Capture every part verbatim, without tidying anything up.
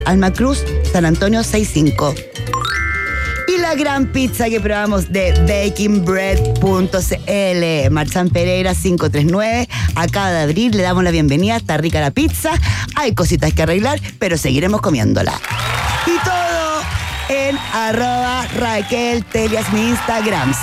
Alma Cruz, San Antonio sesenta y cinco. Y la gran pizza que probamos de baking bread punto c l, Marzán Pereira quinientos treinta y nueve. Acaba de abrir, le damos la bienvenida. Está rica la pizza, hay cositas que arreglar, pero seguiremos comiéndola. Y todo en arroba Raquel Telias, mi Instagram.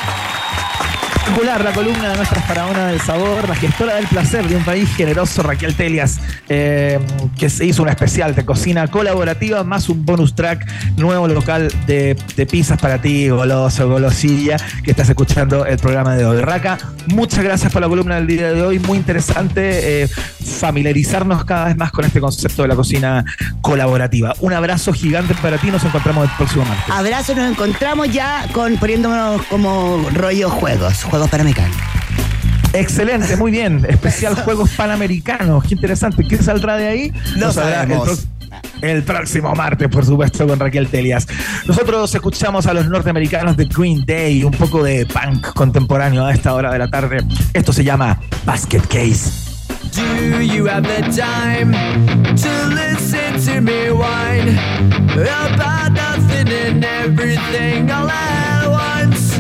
La columna de nuestra faraona del sabor, la gestora del placer de un país generoso, Raquel Telias, eh, que se hizo una especial de cocina colaborativa más un bonus track, nuevo local de, de pizzas para ti, goloso, golosilla, que estás escuchando el programa de hoy. Raca, muchas gracias por la columna del día de hoy, muy interesante eh, familiarizarnos cada vez más con este concepto de la cocina colaborativa. Un abrazo gigante para ti, nos encontramos el próximo martes. Abrazo, nos encontramos ya con poniéndonos como rollo juegos, juegos panamericanos. Excelente, muy bien. Especial Juegos Panamericanos. Qué interesante. ¿Qué saldrá de ahí? No Nos sabemos. El, el próximo martes, por supuesto, con Raquel Telias. Nosotros escuchamos a los norteamericanos de Green Day, un poco de punk contemporáneo a esta hora de la tarde. Esto se llama Basket Case. Do you have the time to listen to me whine about nothing and everything all at once?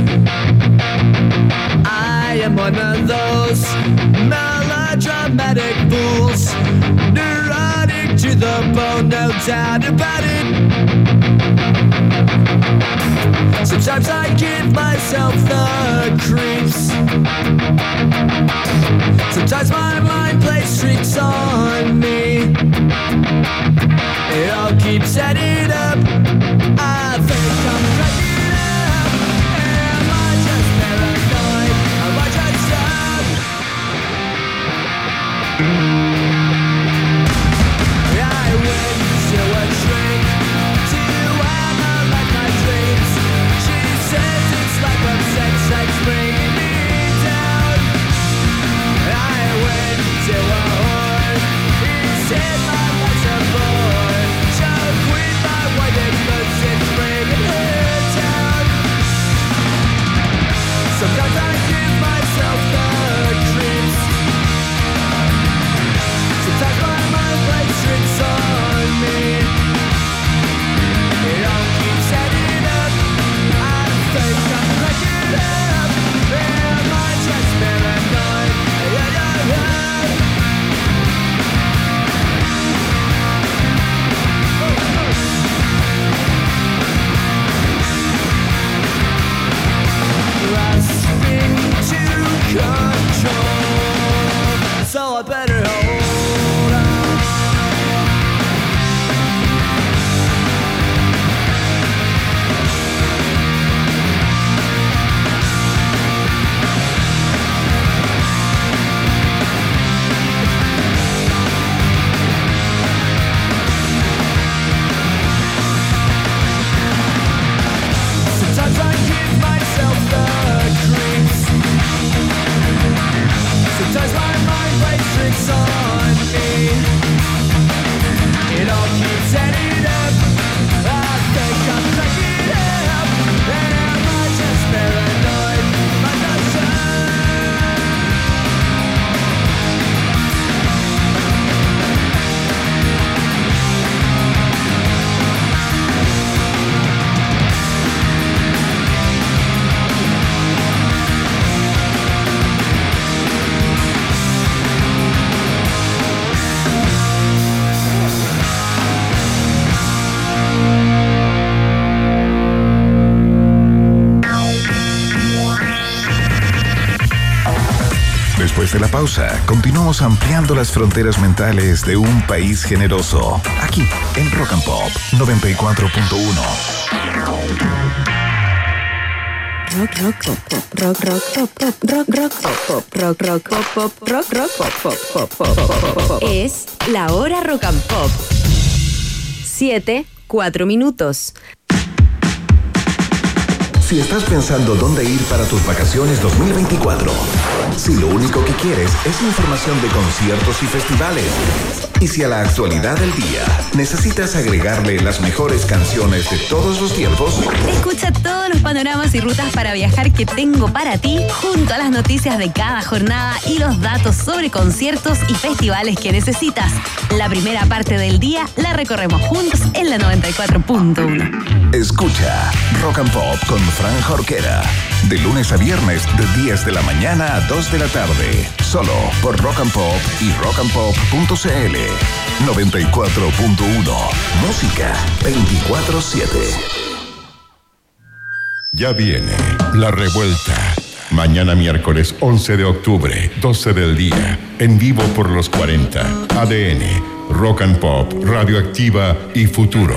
I am one of those melodramatic fools, neurotic to the bone, no doubt about it. Sometimes I give myself the creeps. Sometimes my mind plays tricks on me. It all keeps adding up. I think I'm cracking up. Am I just paranoid? Am I just stuck? I went to a shrink to analyze my dreams. She says it's like when sex likes bringing me down. I went to a whore. He said my life's a bore. Choke with my wife and cause it's bringing her down. Sometimes I give myself the creeps. Sometimes my mind plays tricks on me. It all keeps adding up. I think I'm cracking up. Am I just paranoid? Yeah, yeah, yeah. Grasping to control, so I better hold on. Sometimes I give myself the creeps. Sometimes my mind plays tricks on me. It all keeps adding up. I think I'm cracking up. Am I just paranoid? Am I just Después de la pausa, continuamos ampliando las fronteras mentales de un país generoso. Aquí, en Rock and Pop noventa y cuatro punto uno. Rock, rock, pop, pop, rock, rock, pop, pop, rock, rock, pop, pop, rock, rock, pop, pop, rock, rock, pop, pop, pop, pop, pop, pop, pop. Es la hora Rock and Pop. Siete, cuatro minutos. Si estás pensando dónde ir para tus vacaciones dos mil veinticuatro, si lo único que quieres es información de conciertos y festivales, Y la actualidad del día. ¿Necesitas agregarle las mejores canciones de todos los tiempos? Escucha todos los panoramas y rutas para viajar que tengo para ti, junto a las noticias de cada jornada y los datos sobre conciertos y festivales que necesitas. La primera parte del día la recorremos juntos en la noventa y cuatro punto uno. Escucha Rock and Pop con Fran Jorquera. De lunes a viernes de diez de la mañana a dos de la tarde. Solo por Rock and Pop y rock and pop punto c l. noventa y cuatro punto uno. Música veinticuatro siete. Ya viene la revuelta. Mañana miércoles once de octubre, doce del día. En vivo por los cuarenta. A D N, Rock and Pop, Radioactiva y Futuro.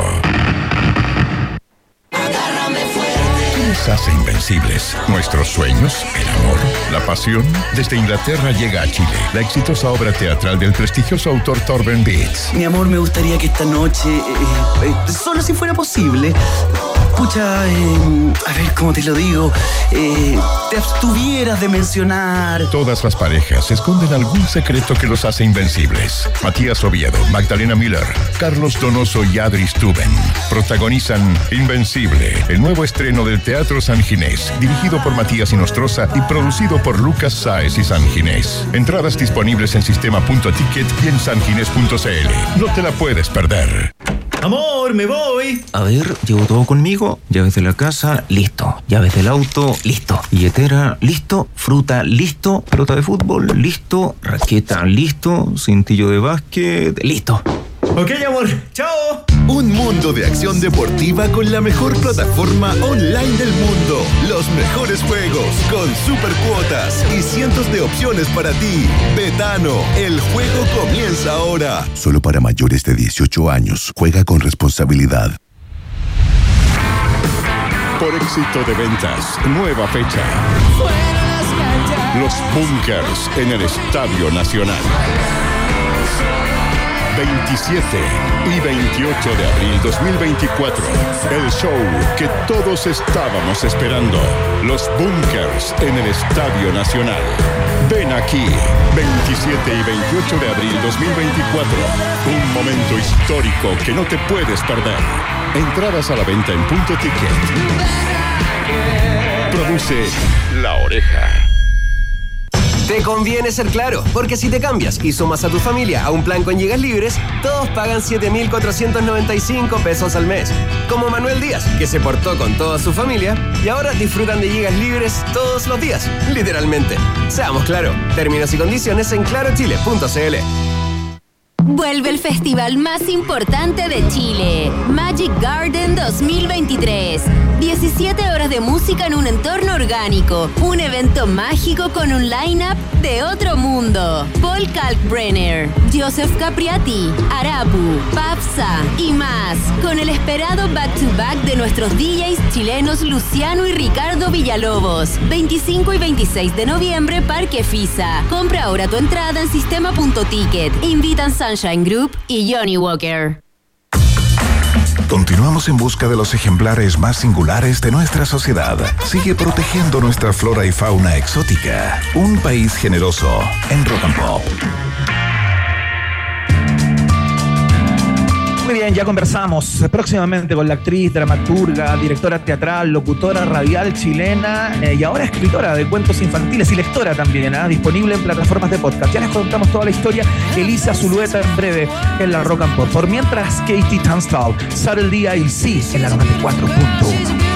¿Qué nos hace invencibles? ¿Nuestros sueños? ¿El amor? ¿La pasión? Desde Inglaterra llega a Chile la exitosa obra teatral del prestigioso autor Torben Beats. Mi amor, me gustaría que esta noche, eh, eh, solo si fuera posible, escucha, eh, a ver cómo te lo digo, eh, te abstuvieras de mencionar. Todas las parejas esconden algún secreto que los hace invencibles. Matías Oviedo, Magdalena Miller, Carlos Donoso y Adri Stuben protagonizan Invencible, el nuevo estreno del Teatro San Ginés, dirigido por Matías Inostroza y producido por Lucas Sáez y San Ginés. Entradas disponibles en sistema punto ticket y en sanginés punto c l. No te la puedes perder. Amor, me voy. A ver, llevo todo conmigo. Llaves de la casa, listo. Llaves del auto, listo. Billetera, listo. Fruta, listo. Pelota de fútbol, listo. Raqueta, listo. Cintillo de básquet, listo. Ok, amor. Chao. Un mundo de acción deportiva con la mejor plataforma online del mundo. Los mejores juegos con super cuotas y cientos de opciones para ti. Betano, el juego comienza ahora. Solo para mayores de dieciocho años. Juega con responsabilidad. Por éxito de ventas, nueva fecha. Los Bunkers en el Estadio Nacional. veintisiete y veintiocho de abril dos mil veinticuatro. El show que todos estábamos esperando. Los Bunkers en el Estadio Nacional. Ven aquí, veintisiete y veintiocho de abril dos mil veinticuatro. Un momento histórico que no te puedes perder. Entradas a la venta en Punto Ticket. Produce La Oreja. Te conviene ser claro, porque si te cambias y sumas a tu familia a un plan con gigas libres, todos pagan siete mil cuatrocientos noventa y cinco pesos al mes. Como Manuel Díaz, que se portó con toda su familia y ahora disfrutan de gigas libres todos los días, literalmente. Seamos claros, términos y condiciones en claro chile punto c l. Vuelve el festival más importante de Chile, Magic Garden dos mil veintitrés. diecisiete horas de música en un entorno orgánico. Un evento mágico con un line-up de otro mundo. Paul Kalkbrenner, Joseph Capriati, Arapu, Papsa y más. Con el esperado back-to-back de nuestros D Js chilenos Luciano y Ricardo Villalobos. veinticinco y veintiséis de noviembre, Parque Fisa. Compra ahora tu entrada en sistema punto ticket. Invitan Sunshine Group y Johnny Walker. Continuamos en busca de los ejemplares más singulares de nuestra sociedad. Sigue protegiendo nuestra flora y fauna exótica. Un país generoso en Rock and Pop. Muy bien, ya conversamos próximamente con la actriz, dramaturga, directora teatral, locutora radial chilena eh, y ahora escritora de cuentos infantiles y lectora también, ¿eh? Disponible en plataformas de podcast. Ya les contamos toda la historia. Elisa Zulueta en breve en la Rock and Pop. Por mientras, Katie Tunstall, Subtle D I C en la noventa y cuatro punto uno.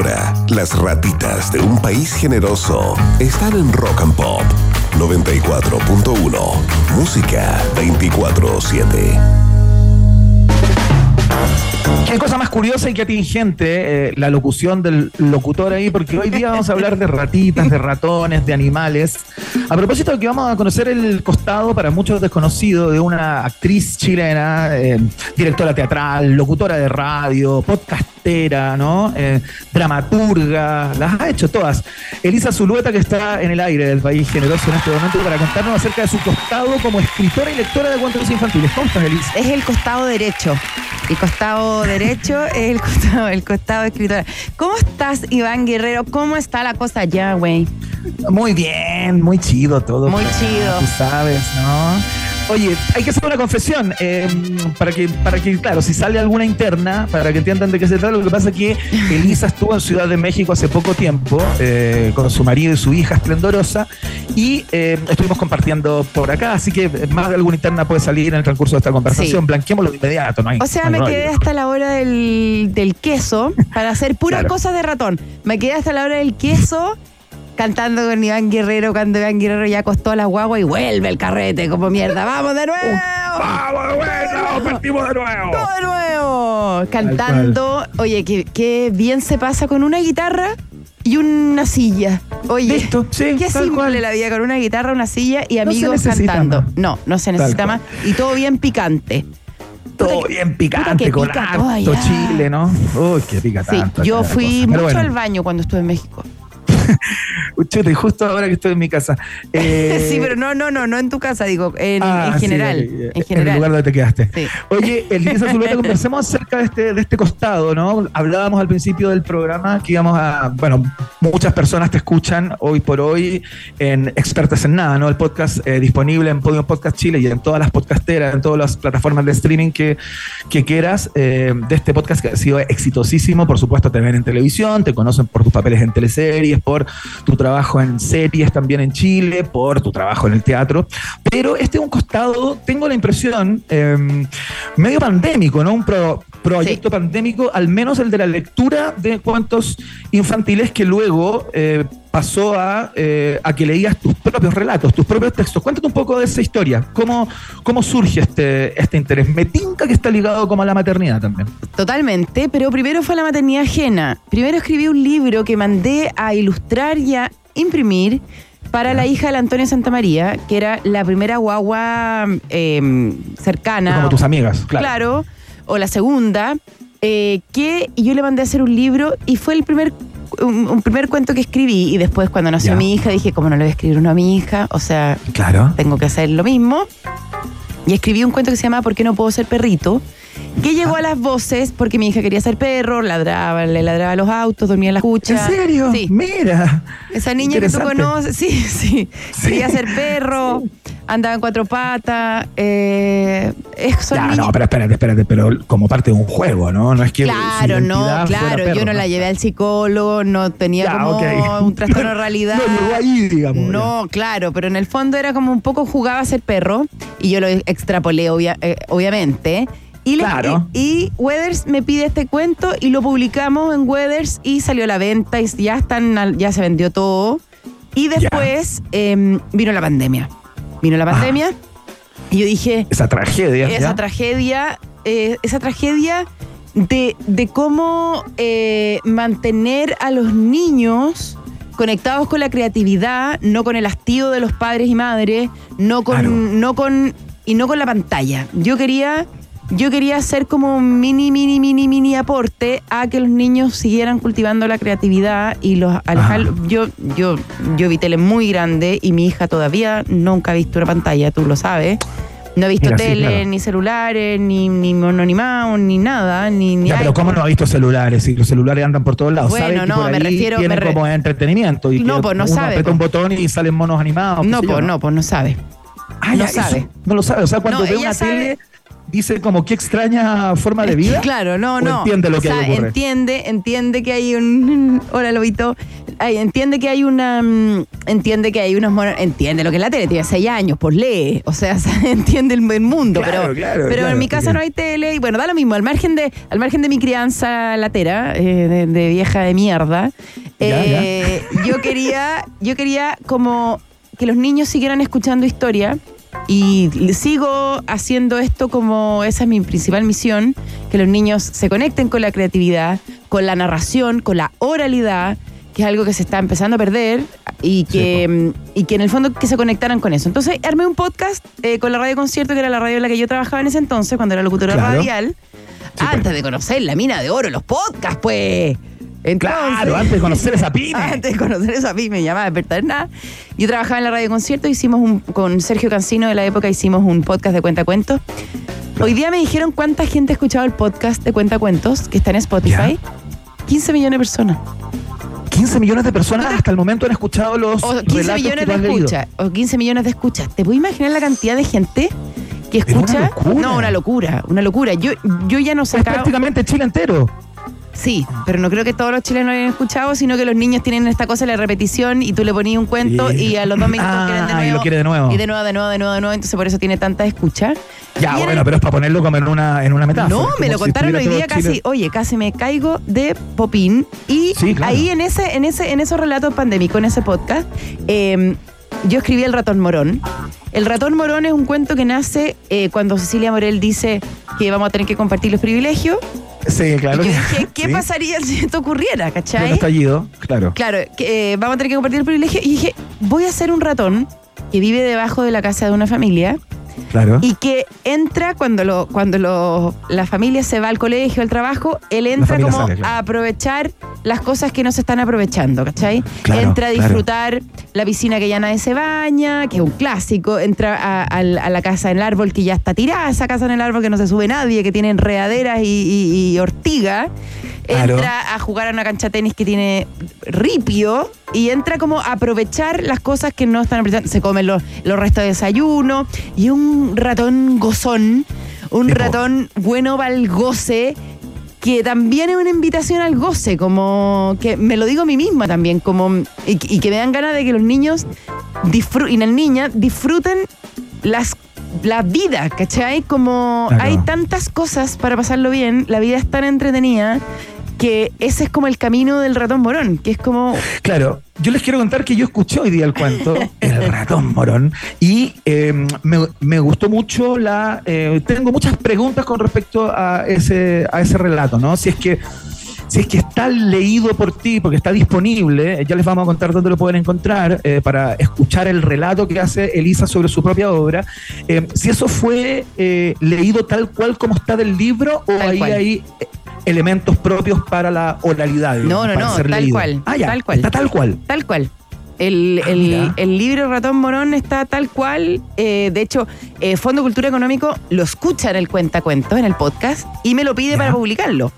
Ahora, las ratitas de un país generoso están en Rock and Pop noventa y cuatro punto uno. Música veinticuatro siete. Qué cosa más curiosa y que atingente eh, la locución del locutor ahí, porque hoy día vamos a hablar de ratitas, de ratones, de animales. A propósito de que vamos a conocer el costado, para muchos desconocido, de una actriz chilena, eh, directora teatral, locutora de radio, podcastera, ¿no? Eh, dramaturga, las ha hecho todas. Elisa Zulueta, que está en el aire del país generoso en este momento para contarnos acerca de su costado como escritora y lectora de cuentos infantiles. ¿Cómo estás, Elisa? Es el costado derecho. El costado derecho es el costado, el costado de escritora. ¿Cómo estás, Iván Guerrero? ¿Cómo está la cosa allá, güey? Muy bien, muy chido todo. Muy chido. Tú sabes, ¿no? Oye, hay que hacer una confesión, eh, para que, para que, claro, si sale alguna interna, para que entiendan de qué se trata. Lo que pasa es que Elisa estuvo en Ciudad de México hace poco tiempo, eh, con su marido y su hija esplendorosa, y eh, estuvimos compartiendo por acá, así que más de alguna interna puede salir en el transcurso de esta conversación. Sí. Blanqueémoslo de inmediato, ¿no hay? O sea, no, me no quedé hay. hasta la hora del, del queso para hacer puras Claro. cosas de ratón. Me quedé hasta la hora del queso cantando con Iván Guerrero cuando Iván Guerrero ya acostó a la guagua y vuelve el carrete como mierda. ¡Vamos de nuevo! ¡Vamos de nuevo! ¡Partimos de nuevo! ¡Todo de nuevo! Cantando. Oye, qué, qué bien se pasa con una guitarra y una silla. Oye, Listo, sí, qué tal simple cual. la vida con una guitarra, una silla y No se amigos necesita cantando. más. No, no se necesita Tal más. Y todo bien picante. Todo Puta que- bien puta picante, que con pica todo harto allá. chile, ¿no? Uy, qué pica Sí, tanto. yo acá la fui cosa. mucho Pero bueno. al baño cuando estuve en México. Chute, justo ahora que estoy en mi casa. Eh, Sí, pero no, no, no, no en tu casa, digo, en, ah, en sí, general. en, en general. el lugar donde te quedaste. Sí. Oye, Elisa Zulueta, conversemos acerca de este, de este costado, ¿no? Hablábamos al principio del programa que íbamos a, bueno, muchas personas te escuchan hoy por hoy en Expertas en Nada, ¿no? El podcast eh, disponible en Podium Podcast Chile y en todas las podcasteras, en todas las plataformas de streaming que, que quieras, eh, de este podcast que ha sido exitosísimo. Por supuesto, te ven en televisión, te conocen por tus papeles en teleseries, por tu trabajo en series también en Chile, por tu trabajo en el teatro. Pero este es un costado, tengo la impresión, eh, medio pandémico, ¿no? Un pro, proyecto sí. pandémico, al menos el de la lectura de cuentos infantiles, que luego eh, pasó a, eh, a que leías tus propios relatos, tus propios textos. Cuéntate un poco de esa historia. ¿Cómo, cómo surge este, este interés? Me tinca que está ligado como a la maternidad también. Totalmente, pero primero fue la maternidad ajena. Primero escribí un libro que mandé a ilustrar y a imprimir para la hija de Antonio Santamaría, que era la primera guagua eh, cercana. Como tus amigas, claro. Claro, o la segunda, eh, que yo le mandé a hacer un libro y fue el primer, un, un primer cuento que escribí. Y después, cuando nació Ya. mi hija, dije, ¿cómo no le voy a escribir uno a mi hija? O sea, claro. tengo que hacer lo mismo. Y escribí un cuento que se llama ¿Por qué no puedo ser perrito? Que llegó a las voces porque mi hija quería ser perro, ladraba, le ladraba a los autos, dormía en la cucha. ¿En serio? Sí. Mira. Esa niña que tú conoces, sí, sí, sí. Quería ser perro, sí. Andaba en cuatro patas. Eh, es, ya, niñas... no, pero espérate, espérate, pero como parte de un juego, ¿no? No es que. Claro, no, claro. Perro, yo no, no la llevé al psicólogo, no tenía ya, como okay. un trastorno de realidad. No llegó ahí, digamos. No, ya. Claro, pero en el fondo era como un poco jugaba a ser perro y yo lo extrapolé, obvia, eh, obviamente. Y, le, claro. y, y Weathers me pide este cuento y lo publicamos en Weathers y salió a la venta y ya están, ya se vendió todo. Y después eh, vino la pandemia. Vino la pandemia ah. y yo dije... Esa tragedia. Esa ¿ya? tragedia, eh, esa tragedia de, de cómo eh, mantener a los niños conectados con la creatividad, no con el hastío de los padres y madres, no con, claro. no con, y no con la pantalla. Yo quería... Yo quería hacer como un mini, mini, mini, mini aporte a que los niños siguieran cultivando la creatividad y los alejar. Yo, yo, yo vi tele muy grande y mi hija todavía nunca ha visto una pantalla, tú lo sabes. No ha visto Mira, tele, sí, claro. ni celulares, ni, ni mono animado, ni nada. Ni, ni ya, pero ¿cómo no ha visto celulares? Si los celulares andan por todos lados. Bueno, ¿Sabes que no, por ahí me refiero. Tienen me re... como entretenimiento. Y no, pues no uno sabe. Aprieta un botón y salen monos animados. No, pues no, pues no sabe. Ah, no ya, sabe. Eso, no lo sabe. O sea, cuando no, ve una sabe... tele. dice como qué extraña forma de vida. Claro, no, ¿O no. entiende lo que o sea, le ocurre? entiende, entiende que hay un. Hola, Lobito. Ay, entiende que hay una. mm, Entiende que hay unos monos. Entiende lo que es la tele, tiene seis años, pues lee. O sea, entiende el, el mundo. Claro, pero claro, pero claro, en mi casa porque- no hay tele. Y bueno, da lo mismo. Al margen de, al margen de mi crianza latera, eh, de, de vieja de mierda, Ya, eh, yo quería, yo quería como que los niños siguieran escuchando historia. Y sigo haciendo esto como esa es mi principal misión, que los niños se conecten con la creatividad, con la narración, con la oralidad, que es algo que se está empezando a perder y que, y que en el fondo que se conectaran con eso. Entonces armé un podcast eh, con la radio concierto, que era la radio en la que yo trabajaba en ese entonces, cuando era locutora Claro. radial, antes de conocer la mina de oro, los podcasts, pues. Entonces, Claro, antes de conocer esa pyme. Antes de conocer esa pyme, me llamaba Despertar de Nada. Yo trabajaba en la radio concierto, hicimos un, con Sergio Cancino de la época, hicimos un podcast de Cuentacuentos. Hoy día me dijeron cuánta gente ha escuchado el podcast de Cuentacuentos, que está en Spotify. quince millones de personas. quince millones de personas hasta el momento han escuchado los O quince relatos millones que tú de has leído. escuchas. O quince millones de escuchas. ¿Te puedes imaginar la cantidad de gente que Pero una escucha? locura. No, una locura, una locura. Yo, yo ya no Es sacaba. prácticamente Chile entero. Sí, pero no creo que todos los chilenos lo hayan escuchado, sino que los niños tienen esta cosa de la repetición y tú le ponías un cuento Sí. y a los dos minutos Ah, quieren de y nuevo. lo quiere de nuevo. Y de nuevo, de nuevo, de nuevo, de nuevo. Entonces por eso tiene tanta escucha. Ya, Y en bueno, el- pero es para ponerlo como en una, en una metáfora. No, como me lo si contaron hoy estuviera día todo casi, Chile- oye, casi me caigo de popín. Y Sí, claro. ahí en ese, en ese, en esos relatos pandémicos, en ese podcast, eh, yo escribí El ratón morón. El ratón morón es un cuento que nace eh, cuando Cecilia Morel dice que vamos a tener que compartir los privilegios. Sí, claro. Y yo que- dije, ¿qué sí. pasaría si esto ocurriera? Un ¿Cachai? estallido, claro. Claro, que, eh, vamos a tener que compartir el privilegio. Y dije, voy a ser un ratón que vive debajo de la casa de una familia Claro. y que entra cuando lo cuando lo, la familia se va al colegio, al trabajo, él entra familia como sale, claro. a aprovechar las cosas que no se están aprovechando, ¿cachai? Claro, entra a claro. disfrutar la piscina que ya nadie se baña, que es un clásico, entra a, a- a la casa en el árbol que ya está tirada, esa casa en el árbol que no se sube nadie, que tiene enredaderas y, y- y ortiga. Claro. Entra a jugar a una cancha de tenis que tiene ripio y entra como a aprovechar las cosas que no están aprovechando. Se comen los, los restos de desayuno y un ratón gozón, un Tipo. ratón bueno para el goce, que también es una invitación al goce, como que me lo digo a mí misma también, como y, y que me dan ganas de que los niños disfruten, y las niñas disfruten las la vida, ¿cachai? Como Claro. hay tantas cosas para pasarlo bien, la vida es tan entretenida que ese es como el camino del ratón morón, que es como Claro, yo les quiero contar que yo escuché hoy día el cuento, El ratón morón, y eh, me, me gustó mucho la... eh, tengo muchas preguntas con respecto a ese, a ese relato, ¿no? Si es que... Si es que está leído por ti, porque está disponible, ya les vamos a contar dónde lo pueden encontrar eh, para escuchar el relato que hace Elisa sobre su propia obra. Eh, si eso fue eh, leído tal cual como está del libro o Tal ahí cual. hay eh, elementos propios para la oralidad. digamos, no, no, para no, ser tal leído. cual, Ah, ya, tal cual. está tal cual. Tal cual. El, Ah, el- mira. el libro Ratón Morón está tal cual. eh, de hecho, eh, Fondo Cultura Económico lo escucha en el Cuentacuentos, en el podcast, y me lo pide Ya. para publicarlo.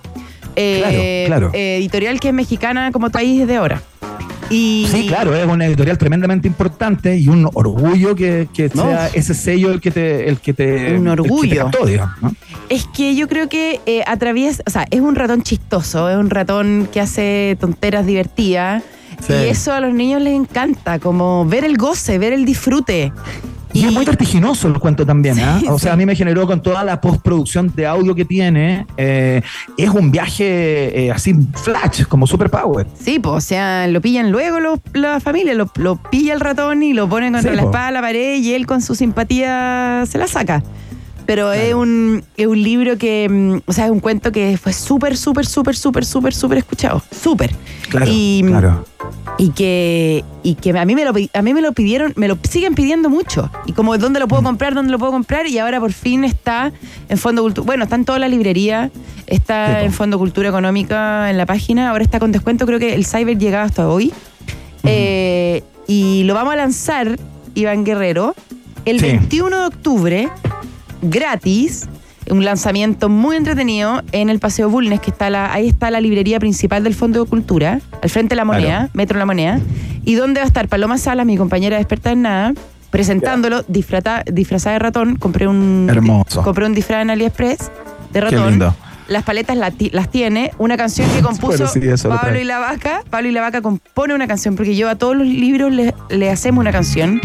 Eh, Claro, claro. eh, editorial que es mexicana como país desde ahora. Y, Sí, claro, es una editorial tremendamente importante y un orgullo que, que No. sea ese sello el que te... El que te Un el que te orgullo. captó, digamos, ¿no? Es que yo creo que eh, atraviesa, o sea, es un ratón chistoso, es un ratón que hace tonteras divertidas. Sí. Y eso a los niños les encanta, como ver el goce, ver el disfrute. Y es muy vertiginoso el cuento también, ¿ah? Sí, O sea, sí. a mí me generó con toda la postproducción de audio que tiene, eh, es un viaje eh, así flash, como superpower. Sí, pues, o sea, lo pillan luego los- la familia, lo, lo pilla el ratón y lo ponen contra Sí, la po. espada a la pared y él con su simpatía se la saca. Pero es, un, es un libro que, mm, o sea, es un cuento que fue súper, súper, súper, súper, súper, súper escuchado. Súper. Claro, y, claro. Y que, y que a mí me lo pi- a mí me lo pidieron, me lo siguen pidiendo mucho. Y como dónde lo puedo comprar, dónde lo puedo comprar, y ahora por fin está en Fondo Cultura. Bueno, está en toda la librería, está Sí, po. en Fondo Cultura Económica en la página, ahora está con descuento, creo que el Cyber llegaba hasta hoy. Eh, y lo vamos a lanzar, Iván Guerrero, el Sí. veintiuno de octubre, gratis. Un lanzamiento muy entretenido en el Paseo Bulnes, que está la, ahí está la librería principal del Fondo de Cultura, al frente de la Moneda, Claro. Metro La Moneda, y donde va a estar Paloma Salas, mi compañera de Despertar en Nada, presentándolo disfrata, disfrazada de ratón. Compré un, Hermoso. compré un disfraz en AliExpress de ratón. Qué lindo. Las paletas la ti- las tiene. Una canción que compuso Bueno, sí, eso lo Pablo trae. y la Vaca. Pablo y la Vaca compone una canción, porque yo a todos los libros le, le hacemos una canción.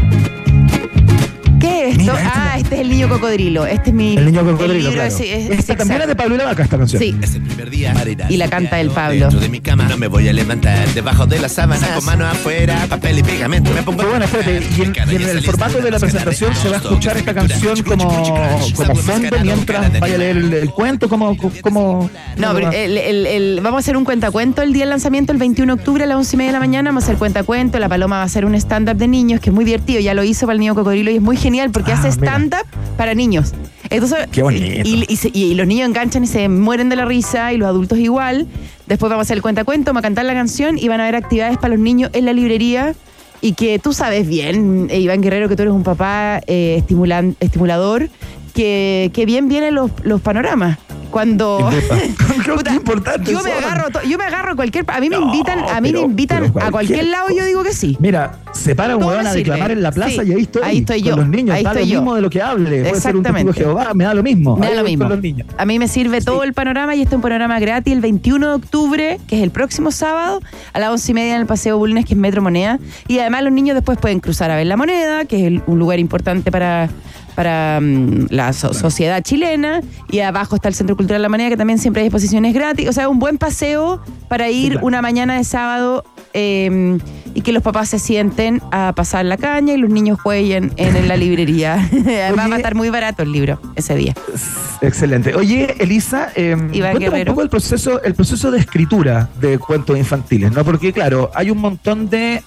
¿Qué es esto? Mira, este ah, es- este es el niño cocodrilo. Este es mi. El niño cocodrilo, libro claro. ese- es- Esta es también es exacto. de Pablo y la Vaca, esta canción. Sí. Es el primer día para ir a Y la canta el Pablo. Dentro de mi cama no me voy a levantar. Debajo de la sábana con mano afuera, papel y pegamento. Me pongo Pero bueno, espérate, y en, y en el formato de la presentación se va a escuchar esta canción como, como fondo mientras vaya a leer el, el cuento, como... como No, pero el, el- el- vamos a hacer un cuentacuento el día del lanzamiento, el veintiuno de octubre a las once y media de la mañana. Vamos a hacer cuentacuento. La Paloma va a hacer un stand-up de niños que es muy divertido. Ya lo hizo para el niño cocodrilo y es muy genial porque Ah, hace mira. stand-up para niños. Entonces, Qué bonito. Y, y se- y los niños enganchan y se mueren de la risa, y los adultos igual. Después vamos a hacer el cuentacuento, vamos a cantar la canción y van a haber actividades para los niños en la librería. Y que tú sabes bien, eh, Iván Guerrero, que tú eres un papá eh, estimulan- estimulador, que, que bien vienen los, los panoramas. Cuando Puta, qué importante yo me son. agarro, to- yo me agarro a cualquier, a mí me No, invitan, a mí pero- me invitan pero a cualquier cualquier lado, yo digo que sí. Mira, se para un Todo huevón me a sirve. declamar en la plaza Sí, y ahí estoy. ahí estoy yo, Con los niños, ahí da lo estoy yo. mismo de lo que hable. Puede ser un testigo de Exactamente. Jehová, me da lo mismo. Me da Ahí lo voy mismo. con los niños. A mí me sirve todo el panorama, y este es un panorama gratis el veintiuno de octubre, que es el próximo sábado, a las once y media en el Paseo Bulnes, que es Metro Moneda. Y además los niños después pueden cruzar a ver la Moneda, que es el- un lugar importante para, para mm, la so- sociedad chilena. Y abajo está el Centro Cultural La Moneda, que también siempre hay exposiciones gratis. O sea, un buen paseo para ir claro. una mañana de sábado, eh, y que los papás se sienten a pasar la caña y los niños jueguen en, la librería. Además va a estar muy barato el libro ese día. Excelente. Oye, Elisa, eh, cuéntame Guerrero. un poco el proceso, el proceso de escritura de cuentos infantiles, ¿no? Porque, claro, hay un montón de,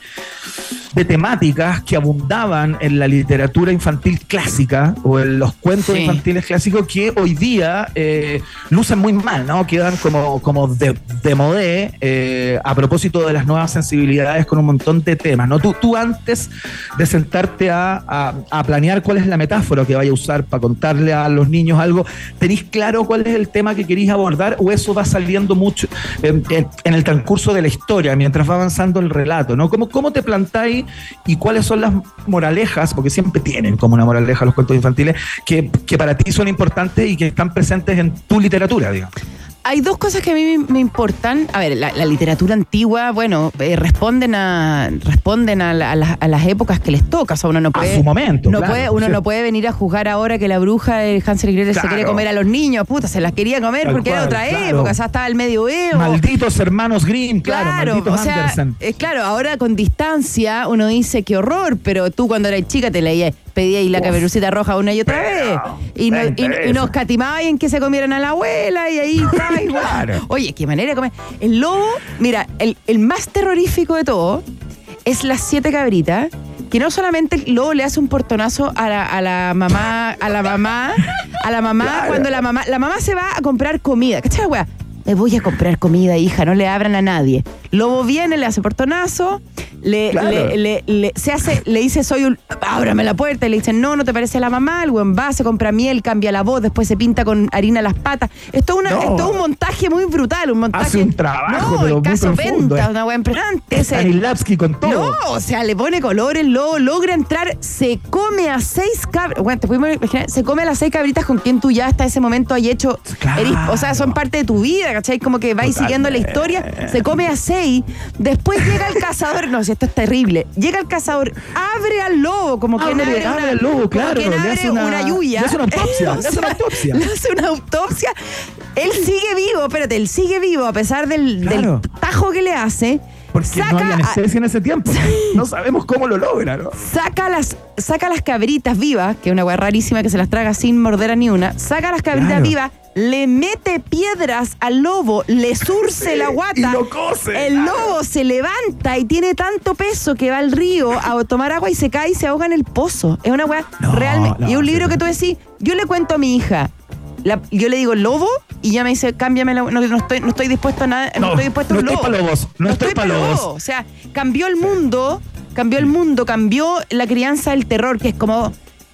de temáticas que abundaban en la literatura infantil clásica o en los cuentos Sí. infantiles clásicos que hoy día eh, lucen muy mal, ¿no? Quedan como, como de, de modé eh, a propósito de las nuevas sensibilidades con un montón de temas, ¿no? Tú, tú antes de sentarte a, a, a planear cuál es la metáfora que vaya a usar para contarle a los niños algo, ¿tenís claro cuál es el tema que queréis abordar o eso va saliendo mucho en, en- en el transcurso de la historia, mientras va avanzando el relato, ¿no? ¿Cómo, cómo te plantáis y cuáles son las moralejas, porque siempre tienen como una moraleja los cuentos infantiles, que, que para ti son importantes y que están presentes en tu literatura, digamos? Hay dos cosas que a mí me, me importan. A ver, la, la literatura antigua, bueno, eh, responden a responden a, la- a las, a las épocas que les toca. O sea, uno no puede, su momento, no claro, puede, uno sí. no puede venir a juzgar ahora que la bruja de Hansel y Gretel Claro. se quiere comer a los niños. Puta, se las quería comer Tal porque era cual, otra claro. época. O sea, estaba el medioevo. Malditos hermanos Grimm, claro, malditos o sea, Andersen. eh, claro, ahora con distancia uno dice qué horror, pero tú cuando eras chica te leías, pedías ahí la Caperucita Roja una y otra vez. Y, no- y- y nos catimabas en que se comieran a la abuela y ahí está igual. Claro. Oye, qué manera de comer. El lobo, mira, el, el más terrorífico de todo es las siete cabritas, que no solamente el lobo le hace un portonazo a la, a la mamá, a la mamá, a la mamá, Claro. cuando la mamá, la mamá se va a comprar comida. ¿Cachai, weá? Me voy a comprar comida, hija, no le abran a nadie. Lobo viene, le hace portonazo, le, Claro. le, le- le- se hace, le dice, soy un. Ábrame la puerta, y le dicen, no, no te parece a la mamá, el buen va, se compra miel, cambia la voz, después se pinta con harina las patas. Esto es, una, No. esto es un montaje muy brutal, un montaje. Hace un trabajo, no, pero el muy caso profundo, Venta, eh. una weá impresionante. ese- Stanislavski con todo. no, o sea, le pone color el lobo, logra entrar, se come a seis cabritas. Bueno, te pudimos imaginar, se come a las seis cabritas con quien tú ya hasta ese momento hay hecho. Claro. eres- o sea, son parte de tu vida, ¿cachai? Como que vais siguiendo la historia, se come a seis, después llega el cazador. No, si esto es terrible. Llega el cazador, abre al lobo, como quien Abre- abre, abre una, al lobo, como claro, quien le abre hace una- una lluvia. le hace una autopsia, O le hace una sea, autopsia. Le hace una autopsia. Él sigue vivo, espérate, él sigue vivo a pesar del, Claro. del tajo que le hace. Porque no había a- anestesia en ese tiempo. No sabemos cómo lo logra, ¿no? saca las, saca las cabritas vivas, que es una weá rarísima que se las traga sin morder a ni una, saca las cabritas Claro. vivas, le mete piedras al lobo, le surce la guata. y lo cose, El claro. lobo se levanta y tiene tanto peso que va al río a tomar agua y se cae y se ahoga en el pozo. Es una weá No, realmente. no, y es un libro sí. que tú decís, yo le cuento a mi hija. la- yo le digo lobo y ella me dice, cámbiame la, no, no estoy, no estoy dispuesto a nada, no, No, estoy dispuesto a no un estoy lobo. pa' lobos, no estoy pa' pa' lobos. O sea, cambió el mundo, cambió el mundo, cambió la crianza del terror, que es como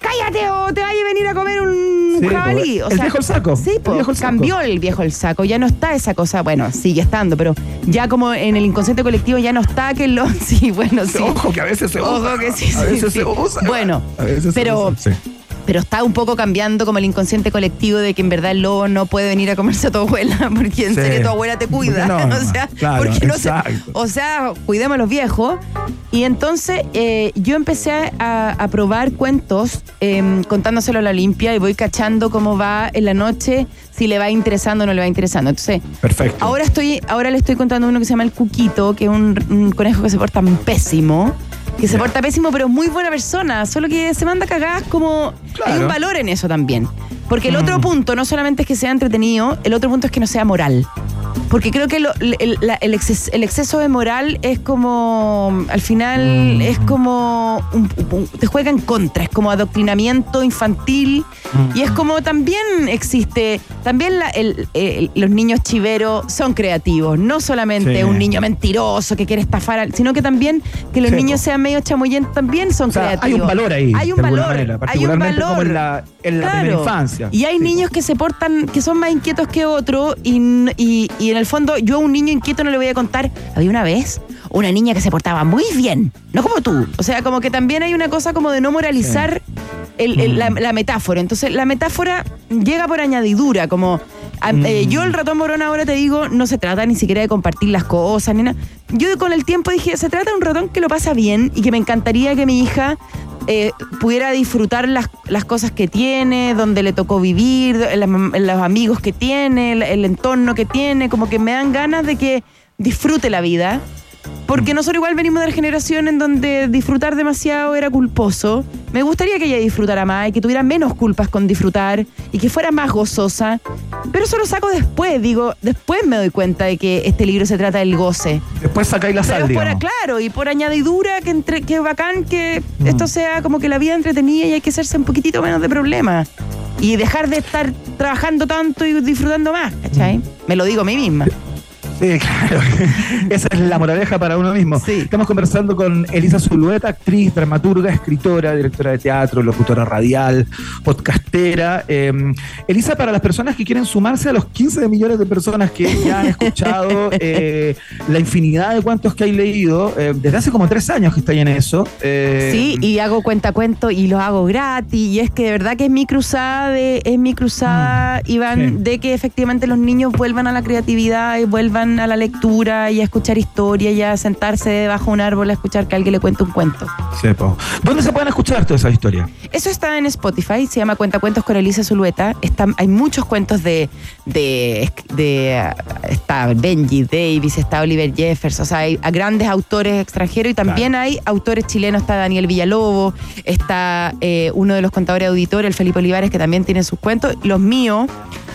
cállate o te vayas a venir a comer un Sí, jabalí. po, O el sea, viejo el saco. Sí, El po, viejo el saco. cambió el viejo el saco. Ya no está esa cosa. Bueno, sigue estando, pero ya como en el inconsciente colectivo ya no está que lo. Sí, bueno, sí. Ojo que a veces se usa. Ojo que sí, A sí, veces sí. se usa. Bueno, A veces se pero. usa, sí. Pero está un poco cambiando como el inconsciente colectivo de que en verdad el lobo no puede venir a comerse a tu abuela porque en Sí. serio tu abuela te cuida. No, no, o sea, claro, porque no se- exacto. o sea, cuidemos a los viejos. Y entonces eh, yo empecé a, a probar cuentos eh, contándoselo a la Olimpia y voy cachando cómo va en la noche, si le va interesando o no le va interesando. Entonces, Perfecto. ahora estoy, ahora le estoy contando uno que se llama el Cuquito, que es un, un conejo que se porta pésimo. Que se porta pésimo, pero es muy buena persona. Solo que se manda cagadas como... Hay un Claro. valor en eso también. Porque el Mm. otro punto no solamente es que sea entretenido, el otro punto es que no sea moral. Porque creo que lo- el, la- el exces- el exceso de moral es como... Al final Mm. es como... un- un- te juega en contra. Es como adoctrinamiento infantil. Mm. Y es como también existe... También la- el- el- los niños chiveros son creativos. No solamente Sí. un niño mentiroso que quiere estafar, al- sino que también que los Sí, niños po. sean medio chamuyentos también son O sea, creativos. hay un valor ahí. Hay un de alguna valor. manera, hay un particularmente valor. como en la, en la Claro. primera infancia. Y hay Sí, niños que se portan, que son más inquietos que otros y, n- y, y en el fondo yo a un niño inquieto no le voy a contar, había una vez una niña que se portaba muy bien, no como tú. O sea, como que también hay una cosa como de no moralizar el- el- la, la metáfora. Entonces la metáfora llega por añadidura, como a- eh, yo el ratón morón ahora te digo, no se trata ni siquiera de compartir las cosas, ni nada. Yo con el tiempo dije, se trata de un ratón que lo pasa bien y que me encantaría que mi hija eh, pudiera disfrutar las, las cosas que tiene, donde le tocó vivir, las- los amigos que tiene, el, el entorno que tiene, como que me dan ganas de que disfrute la vida. Porque nosotros igual venimos de la generación en donde disfrutar demasiado era culposo. Me gustaría que ella disfrutara más y que tuviera menos culpas con disfrutar y que fuera más gozosa. Pero eso lo saco después, digo, después me doy cuenta de que este libro se trata del goce. Después sacáis la sal, Pero por, digamos. claro, y por añadidura, que, entre, que bacán que Mm. esto sea como que la vida entretenida y hay que hacerse un poquitito menos de problemas. Y dejar de estar trabajando tanto y disfrutando más, ¿cachai? Me lo digo a mí misma. Sí, claro. Esa es la moraleja para uno mismo. Estamos conversando con Elisa Zulueta, actriz, dramaturga, escritora, directora de teatro, locutora radial, podcastera. Eh, Elisa, para las personas que quieren sumarse a los quince millones de personas que ya han escuchado eh, la infinidad de cuentos que hay leído, eh, desde hace como tres años que está ahí en eso. eh, Sí, y hago cuentacuentos y los hago gratis. Y es que de verdad que es mi cruzada, de, es mi cruzada, Iván, sí. de que efectivamente los niños vuelvan a la creatividad y vuelvan a la lectura y a escuchar historia y a sentarse debajo de un árbol a escuchar que alguien le cuente un cuento. sí, po. ¿Dónde se pueden escuchar todas esas historias? Eso está en Spotify, se llama Cuentacuentos con Elisa Zulueta. Está, hay muchos cuentos de, de, de uh, está Benji Davis, está Oliver Jeffers, o sea, hay a grandes autores extranjeros y también Claro. hay autores chilenos, está Daniel Villalobos, está eh, uno de los contadores auditores, el Felipe Olivares, que también tiene sus cuentos, los míos.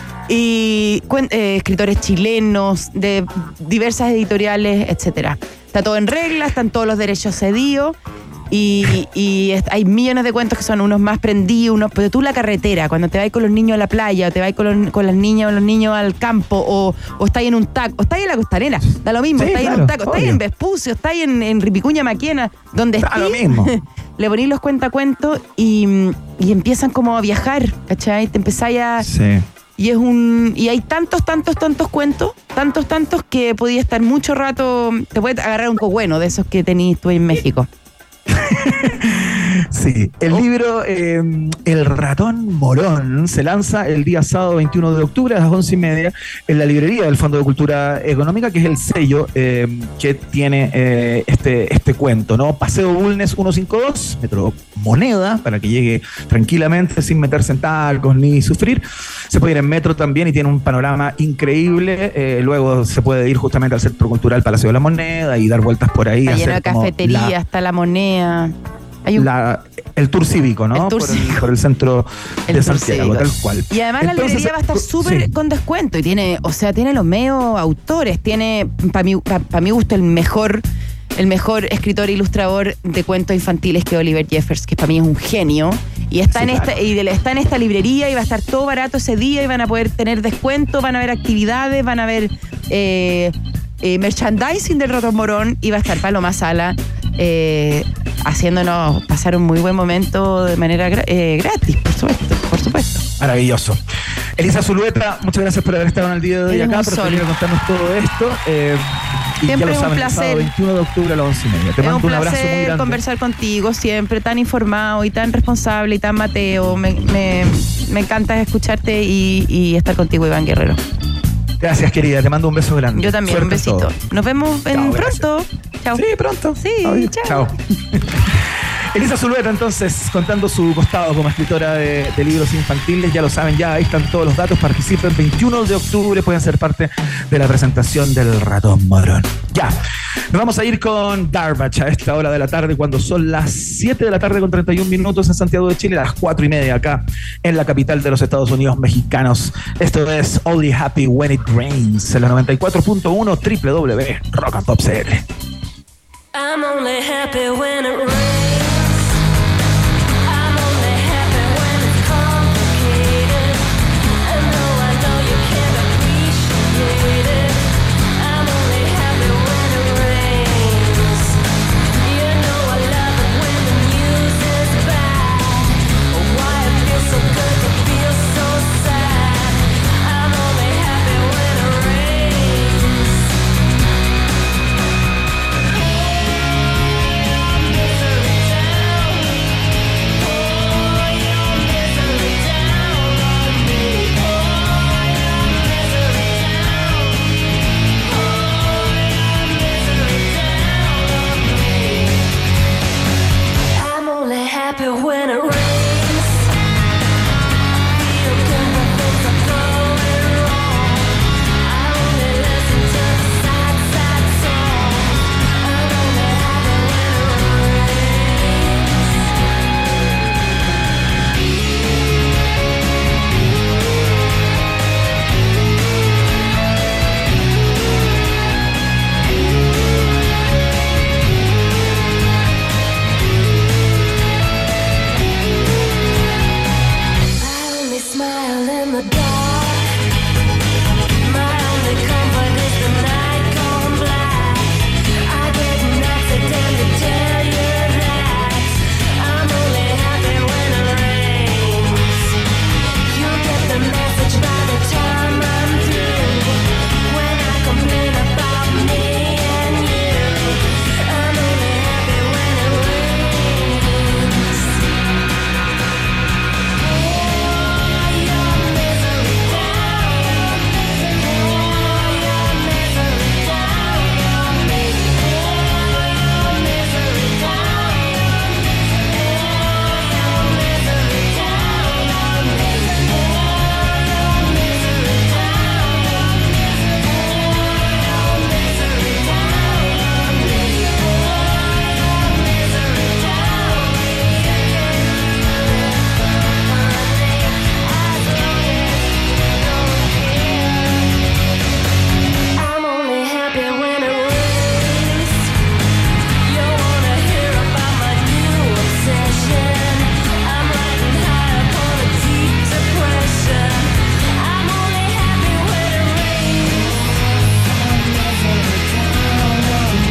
Y cuen- eh, escritores chilenos de diversas editoriales, etcétera. Está todo en regla, están todos los derechos cedidos y, y est- hay millones de cuentos que son unos más prendidos, unos, pero tú la carretera, cuando te vas con los niños a la playa, o te vas con, los- con las niñas o los niños al campo, o, o estáis en un taco, o estáis en la costanera, da lo mismo, Sí, estáis en claro, un taco, estáis obvio. en Vespucio, estáis en, en Ripicuña Maquena, donde Da lo estés, mismo. le ponís los cuentacuentos y, y empiezan como a viajar, ¿cachai? Te empezáis a... Sí. Y es un y hay tantos, tantos, tantos cuentos, tantos, tantos que podía estar mucho rato. Te puedes agarrar un cogüeno de esos que tenís tú en México. Sí, el libro eh, El ratón morón se lanza el día sábado veintiuno de octubre a las once y media en la librería del Fondo de Cultura Económica, que es el sello eh, que tiene eh, este, este cuento, ¿no? Paseo Bulnes ciento cincuenta y dos, Metro Moneda, para que llegue tranquilamente sin meterse en talcos ni sufrir. Se puede ir en metro también y tiene un panorama increíble. Eh, luego se puede ir justamente al Centro Cultural Palacio de la Moneda y dar vueltas por ahí. Está lleno de hacer como cafetería, la- está la moneda. Hay un, la- el tour cívico, ¿no? El tour por, el, cívico. por el centro El de tour Santiago, cívico. tal cual. Y además la Entonces, librería va a estar eh, súper sí. con descuento y tiene, o sea, tiene los medios autores, tiene, para mi, pa- pa mi gusto, el mejor, el mejor escritor e ilustrador de cuentos infantiles que Oliver Jeffers, que para mí es un genio. Y está, Sí, en claro. esta, y de- está en esta librería y va a estar todo barato ese día y van a poder tener descuento, van a haber actividades, van a haber eh, eh, merchandising del Ratón Morón y va a estar Paloma Sala eh, haciéndonos pasar un muy buen momento de manera gra- eh, gratis, por supuesto, por supuesto. Maravilloso. Elisa Zulueta, muchas gracias por haber estado en el día de hoy Eres acá, un por sol. venir a contarnos todo esto. Eh, y Siempre ya lo un saben, el placer. sábado veintiuno de octubre a las once y media. Te Es mando un un abrazo muy placer grande. conversar contigo siempre, tan informado y tan responsable y tan Mateo. Me, me, me encanta escucharte y, y estar contigo, Iván Guerrero. Gracias, querida. Te mando un beso grande. Yo también, Suerte un en besito. todo. Nos vemos en Chao, gracias. pronto. Chao. Sí, pronto. Sí, Adiós. chao. Chao. Elisa Zulueta, entonces, contando su costado como escritora de, de libros infantiles, ya lo saben, ya ahí están todos los datos. Participen veintiuno de octubre, pueden ser parte de la presentación del Ratón Morón. Ya, nos vamos a ir con Garbage a esta hora de la tarde, cuando son las siete de la tarde con treinta y un minutos en Santiago de Chile, las cuatro y media acá en la capital de los Estados Unidos mexicanos. Esto es Only Happy When It Rains, en la noventa y cuatro punto uno doble u doble u doble u punto rock and pop c l. I'm only happy when it rains. I'm only happy when it's complicated. And though I know you can't appreciate it, I'm only happy when it rains. You know I love it when the news is bad. Why it feels so good to feel so sad. I'm only happy when it rains. I'm only happy when it rains. Feel good when things are going wrong. I only listen to the sad, sad songs. I'm only happy when it I only smile in the dark. My only comfort is the night gone black. I didn't accidentally tell you that I'm only happy when it rains. You get the message by the time I'm through. When I complain about me and you, I'm only happy when it rains. I'm only happy when it rains. You wanna hear about my new obsession? I'm riding high upon a deep depression. I'm only happy when it rains. I'm only happy when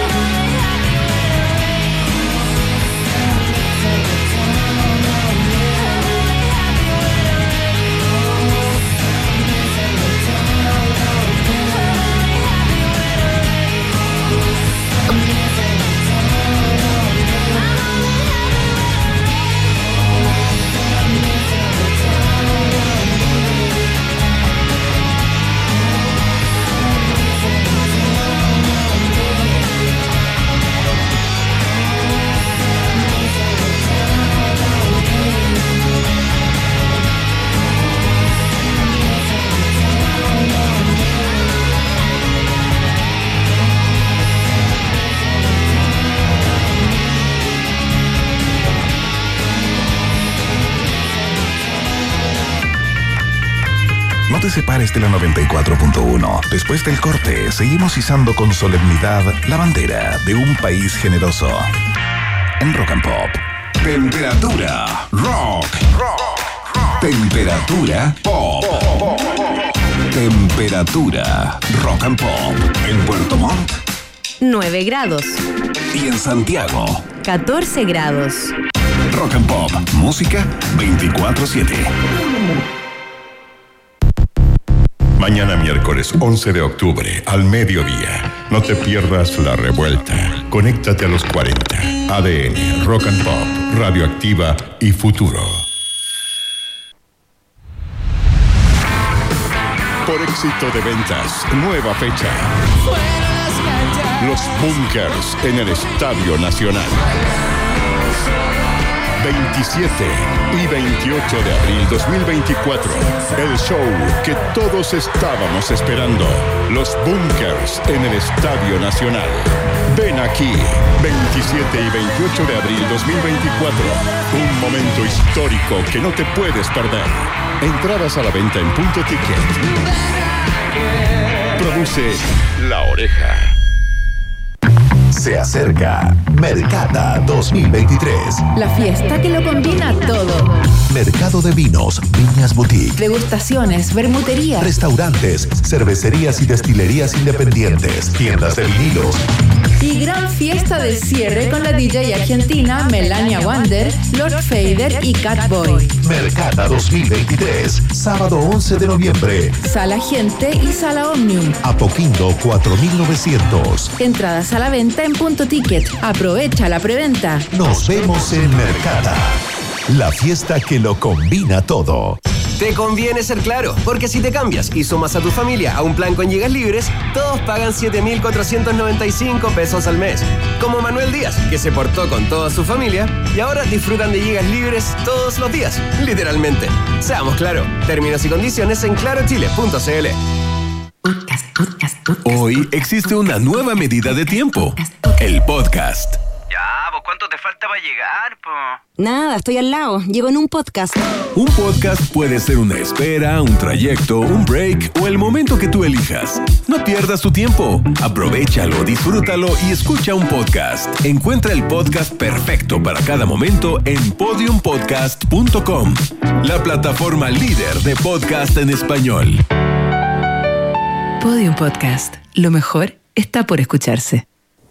No te separes de la noventa y cuatro punto uno. Después del corte, seguimos izando con solemnidad la bandera de un país generoso. En Rock and Pop. Temperatura rock. Temperatura pop. Temperatura rock and pop. En Puerto Montt. nueve grados. Y en Santiago, catorce grados. Rock and Pop, música veinticuatro siete. Mañana miércoles once de octubre, al mediodía. No te pierdas La Revuelta. Conéctate a los cuarenta. A D N, Rock and Pop, Radioactiva y Futuro. Por éxito de ventas, nueva fecha. Los Bunkers en el Estadio Nacional. veintisiete y veintiocho de abril dos mil veinticuatro. El show que todos estábamos esperando. Los Bunkers en el Estadio Nacional. Ven aquí, veintisiete y veintiocho de abril dos mil veinticuatro. Un momento histórico que no te puedes perder. Entradas a la venta en Punto Ticket. Produce La Oreja. Se acerca Mercata dos mil veintitrés. La fiesta que lo combina todo. Mercado de vinos, Viñas Boutique. Degustaciones, vermutería. Restaurantes, cervecerías y destilerías independientes. Tiendas de vinilos. Y gran fiesta de cierre con la D J argentina Melania Wander, Lord Fader y Catboy. Mercata dos mil veintitrés, sábado once de noviembre. Sala Gente y Sala Omnium. Apoquindo cuatro mil novecientos. Entradas a la venta en Punto Ticket. Aprovecha la preventa. Nos vemos en Mercata. La fiesta que lo combina todo. Te conviene ser claro, porque si te cambias y sumas a tu familia a un plan con gigas libres, todos pagan siete mil cuatrocientos noventa y cinco pesos al mes. Como Manuel Díaz, que se portó con toda su familia y ahora disfrutan de gigas libres todos los días, literalmente. Seamos claro, términos y condiciones en claro chile punto c l. Hoy existe una nueva medida de tiempo, el podcast. Ya, pues ¿cuánto te falta para llegar, po? Nada, estoy al lado. Llego en un podcast. Un podcast puede ser una espera, un trayecto, un break o el momento que tú elijas. No pierdas tu tiempo. Aprovechalo, disfrútalo y escucha un podcast. Encuentra el podcast perfecto para cada momento en podium podcast punto com, la plataforma líder de podcast en español. Podium Podcast. Lo mejor está por escucharse.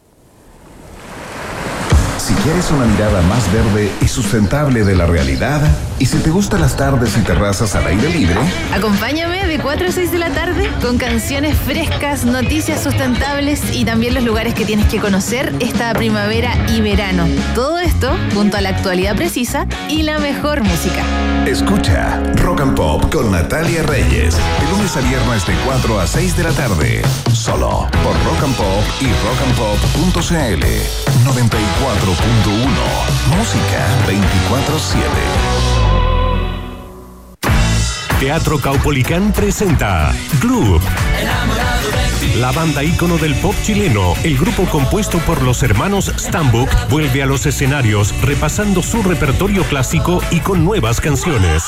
Si quieres una mirada más verde y sustentable de la realidad, y si te gustan las tardes y terrazas al aire libre, acompáñame de cuatro a seis de la tarde con canciones frescas, noticias sustentables y también los lugares que tienes que conocer esta primavera y verano. Todo esto junto a la actualidad precisa y la mejor música. escucha Rock and Pop con Natalia Reyes, de lunes a viernes de cuatro a seis de la tarde, solo por Rock and Pop y rock and pop punto c l. noventa y cuatro punto uno, música veinticuatro siete. Teatro Caupolicán presenta Glue, la banda ícono del pop chileno. El grupo compuesto por los hermanos Stambuk vuelve a los escenarios repasando su repertorio clásico y con nuevas canciones.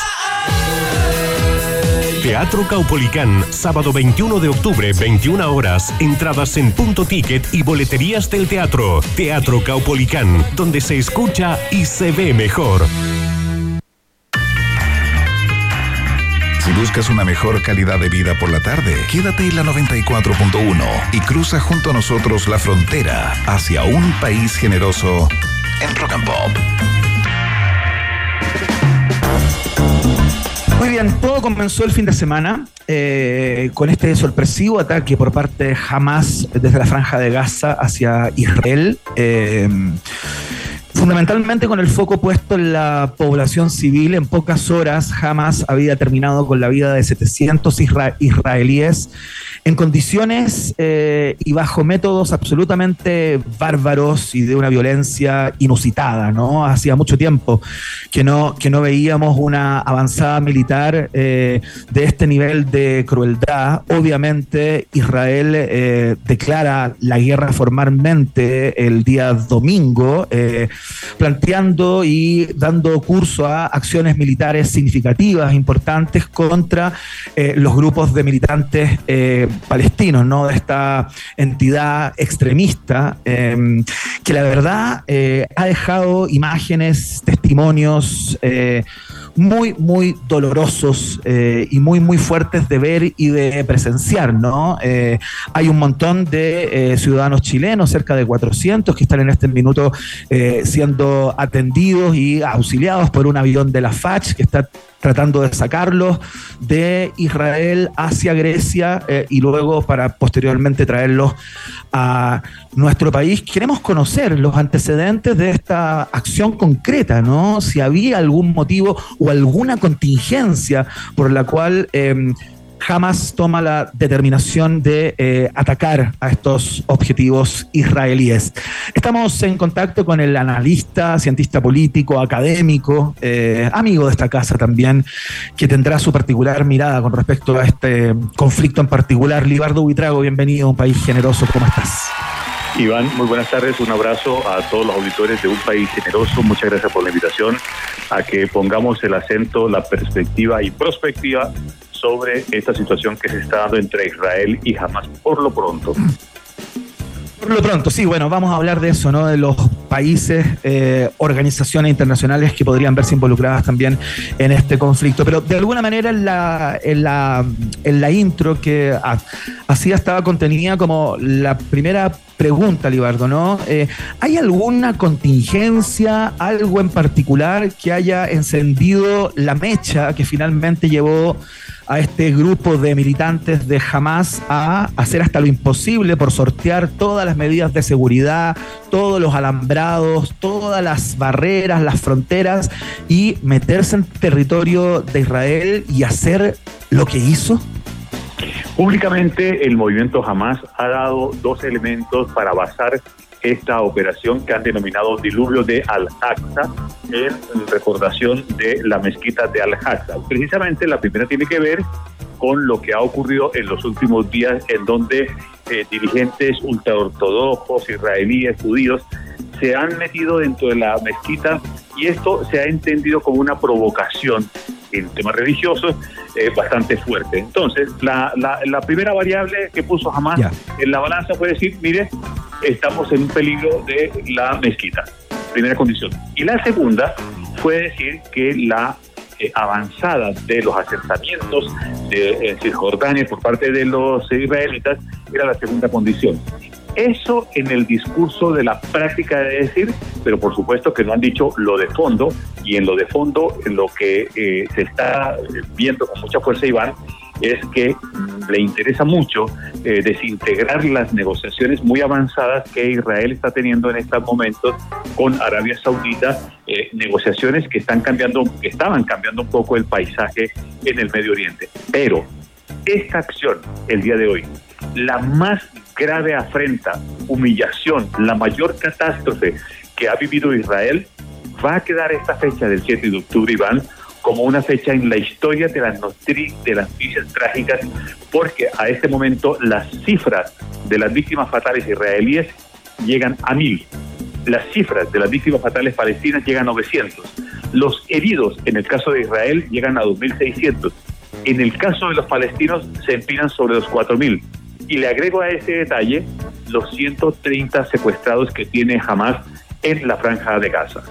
Teatro Caupolicán, sábado veintiuno de octubre, veintiuna horas. Entradas en Punto Ticket y boleterías del teatro. Teatro Caupolicán, donde se escucha y se ve mejor. Si buscas una mejor calidad de vida por la tarde, quédate en la noventa y cuatro punto uno y cruza junto a nosotros la frontera hacia un país generoso en Rock and Pop. Muy bien, todo comenzó el fin de semana eh, con este sorpresivo ataque por parte de Hamas desde la Franja de Gaza hacia Israel. Eh, Fundamentalmente con el foco puesto en la población civil. En pocas horas Hamas había terminado con la vida de setecientos isra- israelíes en condiciones eh, y bajo métodos absolutamente bárbaros y de una violencia inusitada, ¿no? Hacía mucho tiempo que no, que no veíamos una avanzada militar eh, de este nivel de crueldad. Obviamente Israel eh, declara la guerra formalmente el día domingo, eh, planteando y dando curso a acciones militares significativas, importantes contra eh, los grupos de militantes eh, palestinos, ¿no? De esta entidad extremista eh, que la verdad eh, ha dejado imágenes, testimonios eh, muy, muy dolorosos eh, y muy, muy fuertes de ver y de presenciar, ¿no? Eh, hay un montón de eh, ciudadanos chilenos, cerca de cuatrocientos, que están en este minuto eh, siendo atendidos y auxiliados por un avión de la F A C H que está tratando de sacarlos de Israel hacia Grecia eh, y luego para posteriormente traerlos a nuestro país. Queremos conocer los antecedentes de esta acción concreta, ¿no? Si había algún motivo o alguna contingencia por la cual eh, Hamas toma la determinación de eh, atacar a estos objetivos israelíes. Estamos en contacto con el analista, cientista político, académico, eh, amigo de esta casa también, que tendrá su particular mirada con respecto a este conflicto en particular. Libardo Buitrago, bienvenido a Un País Generoso. ¿Cómo estás? Iván, muy buenas tardes, un abrazo a todos los auditores de Un País Generoso, muchas gracias por la invitación a que pongamos el acento, la perspectiva y prospectiva sobre esta situación que se está dando entre Israel y Hamas por lo pronto. Por lo pronto, sí, bueno, vamos a hablar de eso, ¿no? De los países, eh, organizaciones internacionales que podrían verse involucradas también en este conflicto. Pero de alguna manera en la, en la, en la intro que hacía estaba contenida como la primera pregunta, Libardo, ¿no? Eh, ¿Hay alguna contingencia, algo en particular que haya encendido la mecha que finalmente llevó a este grupo de militantes de Hamas a hacer hasta lo imposible por sortear todas las medidas de seguridad, todos los alambrados, todas las barreras, las fronteras y meterse en territorio de Israel y hacer lo que hizo? Públicamente el movimiento Hamas ha dado dos elementos para basar esta operación que han denominado diluvio de Al-Aqsa en recordación de la mezquita de Al-Aqsa. Precisamente la primera tiene que ver con lo que ha ocurrido en los últimos días en donde eh, dirigentes ultraortodoxos, israelíes, judíos, se han metido dentro de la mezquita y esto se ha entendido como una provocación en temas religiosos eh, bastante fuerte. Entonces, la, la, la primera variable que puso Hamas yeah. en la balanza fue decir, mire, estamos en un peligro de la mezquita, primera condición. Y la segunda fue decir que la eh, avanzada de los asentamientos de eh, Cisjordania por parte de los israelitas era la segunda condición. Eso en el discurso de la práctica de decir, pero por supuesto que no han dicho lo de fondo, y en lo de fondo, en lo que eh, se está viendo con mucha fuerza, Iván, es que mm, le interesa mucho eh, desintegrar las negociaciones muy avanzadas que Israel está teniendo en estos momentos con Arabia Saudita, eh, negociaciones que están cambiando, que estaban cambiando un poco el paisaje en el Medio Oriente. Pero esta acción, el día de hoy, la más grave afrenta, humillación, la mayor catástrofe que ha vivido Israel, va a quedar esta fecha del siete de octubre, Iván, como una fecha en la historia de las, notri- de las noticias trágicas, porque a este momento las cifras de las víctimas fatales israelíes llegan a mil. Las cifras de las víctimas fatales palestinas llegan a novecientos. Los heridos, en el caso de Israel, llegan a dos mil seiscientos. En el caso de los palestinos, se empinan sobre los cuatro mil. Y le agrego a ese detalle los ciento treinta secuestrados que tiene Hamas en la Franja de Gaza.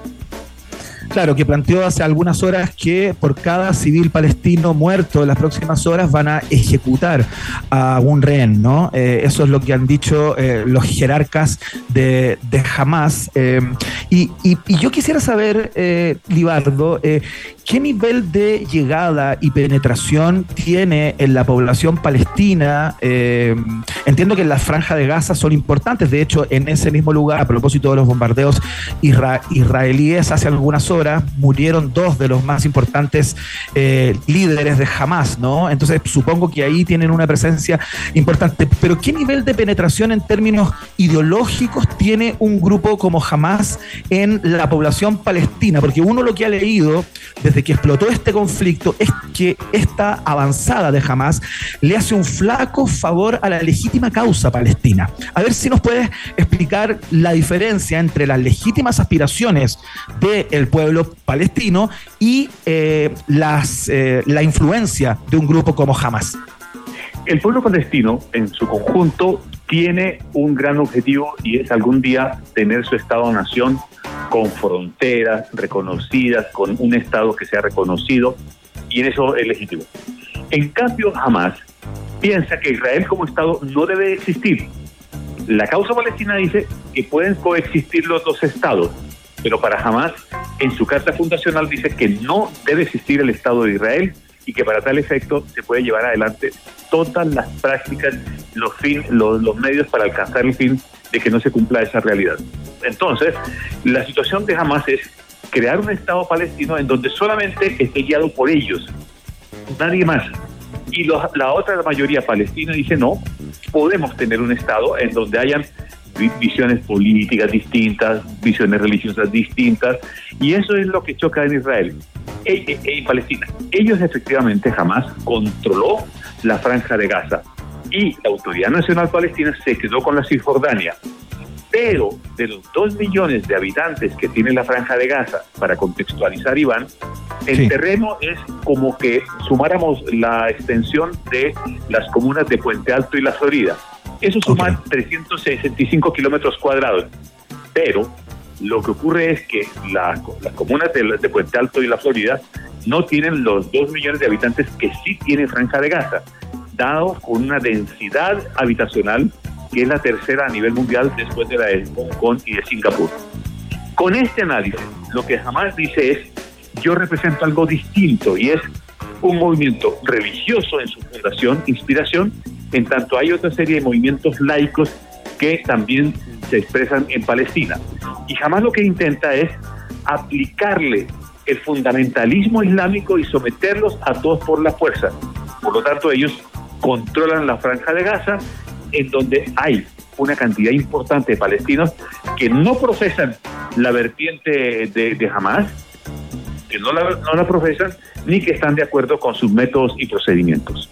Claro, que planteó hace algunas horas que por cada civil palestino muerto en las próximas horas van a ejecutar a un rehén, ¿no? Eh, eso es lo que han dicho eh, los jerarcas de, de Hamas. Eh, y, y, y yo quisiera saber, eh, Libardo, eh, ¿qué nivel de llegada y penetración tiene en la población palestina? Eh, entiendo que en la Franja de Gaza son importantes. De hecho, en ese mismo lugar, a propósito de los bombardeos isra- israelíes, hace algunas horas murieron dos de los más importantes eh, líderes de Hamas, ¿no? Entonces, supongo que ahí tienen una presencia importante. Pero ¿qué nivel de penetración en términos ideológicos tiene un grupo como Hamas en la población palestina? Porque uno lo que ha leído desde que explotó este conflicto es que esta avanzada de Hamas le hace un flaco favor a la legítima causa palestina. A ver si nos puedes explicar la diferencia entre las legítimas aspiraciones del pueblo palestino y eh, las, eh, la influencia de un grupo como Hamas. El pueblo palestino en su conjunto tiene un gran objetivo y es algún día tener su Estado-nación con fronteras reconocidas, con un Estado que sea reconocido, y en eso es legítimo. En cambio, Hamás piensa que Israel como Estado no debe existir. La causa palestina dice que pueden coexistir los dos estados, pero para Hamás, en su carta fundacional dice que no debe existir el Estado de Israel y que para tal efecto se puede llevar adelante todas las prácticas, los, fin, los, los medios para alcanzar el fin de que no se cumpla esa realidad. Entonces, la situación de Hamás es crear un Estado palestino en donde solamente esté guiado por ellos, nadie más. Y los, la otra mayoría palestina dice no, podemos tener un Estado en donde hayan visiones políticas distintas, visiones religiosas distintas, y eso es lo que choca en Israel, en, en Palestina. Ellos efectivamente jamás controló la Franja de Gaza y la Autoridad Nacional Palestina se quedó con la Cisjordania. Pero de los dos millones de habitantes que tiene la Franja de Gaza, para contextualizar, Iván, el sí. terreno es como que sumáramos la extensión de las comunas de Puente Alto y La Florida. Eso suma okay. trescientos sesenta y cinco kilómetros cuadrados. Pero lo que ocurre es que la, las comunas de, de Puente Alto y La Florida no tienen los dos millones de habitantes que sí tiene Franja de Gaza, dado con una densidad habitacional que es la tercera a nivel mundial después de la de Hong Kong y de Singapur. Con este análisis, lo que Hamás dice es, yo represento algo distinto, y es un movimiento religioso en su fundación, inspiración, en tanto hay otra serie de movimientos laicos que también se expresan en Palestina. Y Hamás lo que intenta es aplicarle el fundamentalismo islámico y someterlos a todos por la fuerza. Por lo tanto, ellos controlan la Franja de Gaza, en donde hay una cantidad importante de palestinos que no profesan la vertiente de, de Hamás, que no la, no la profesan, ni que están de acuerdo con sus métodos y procedimientos.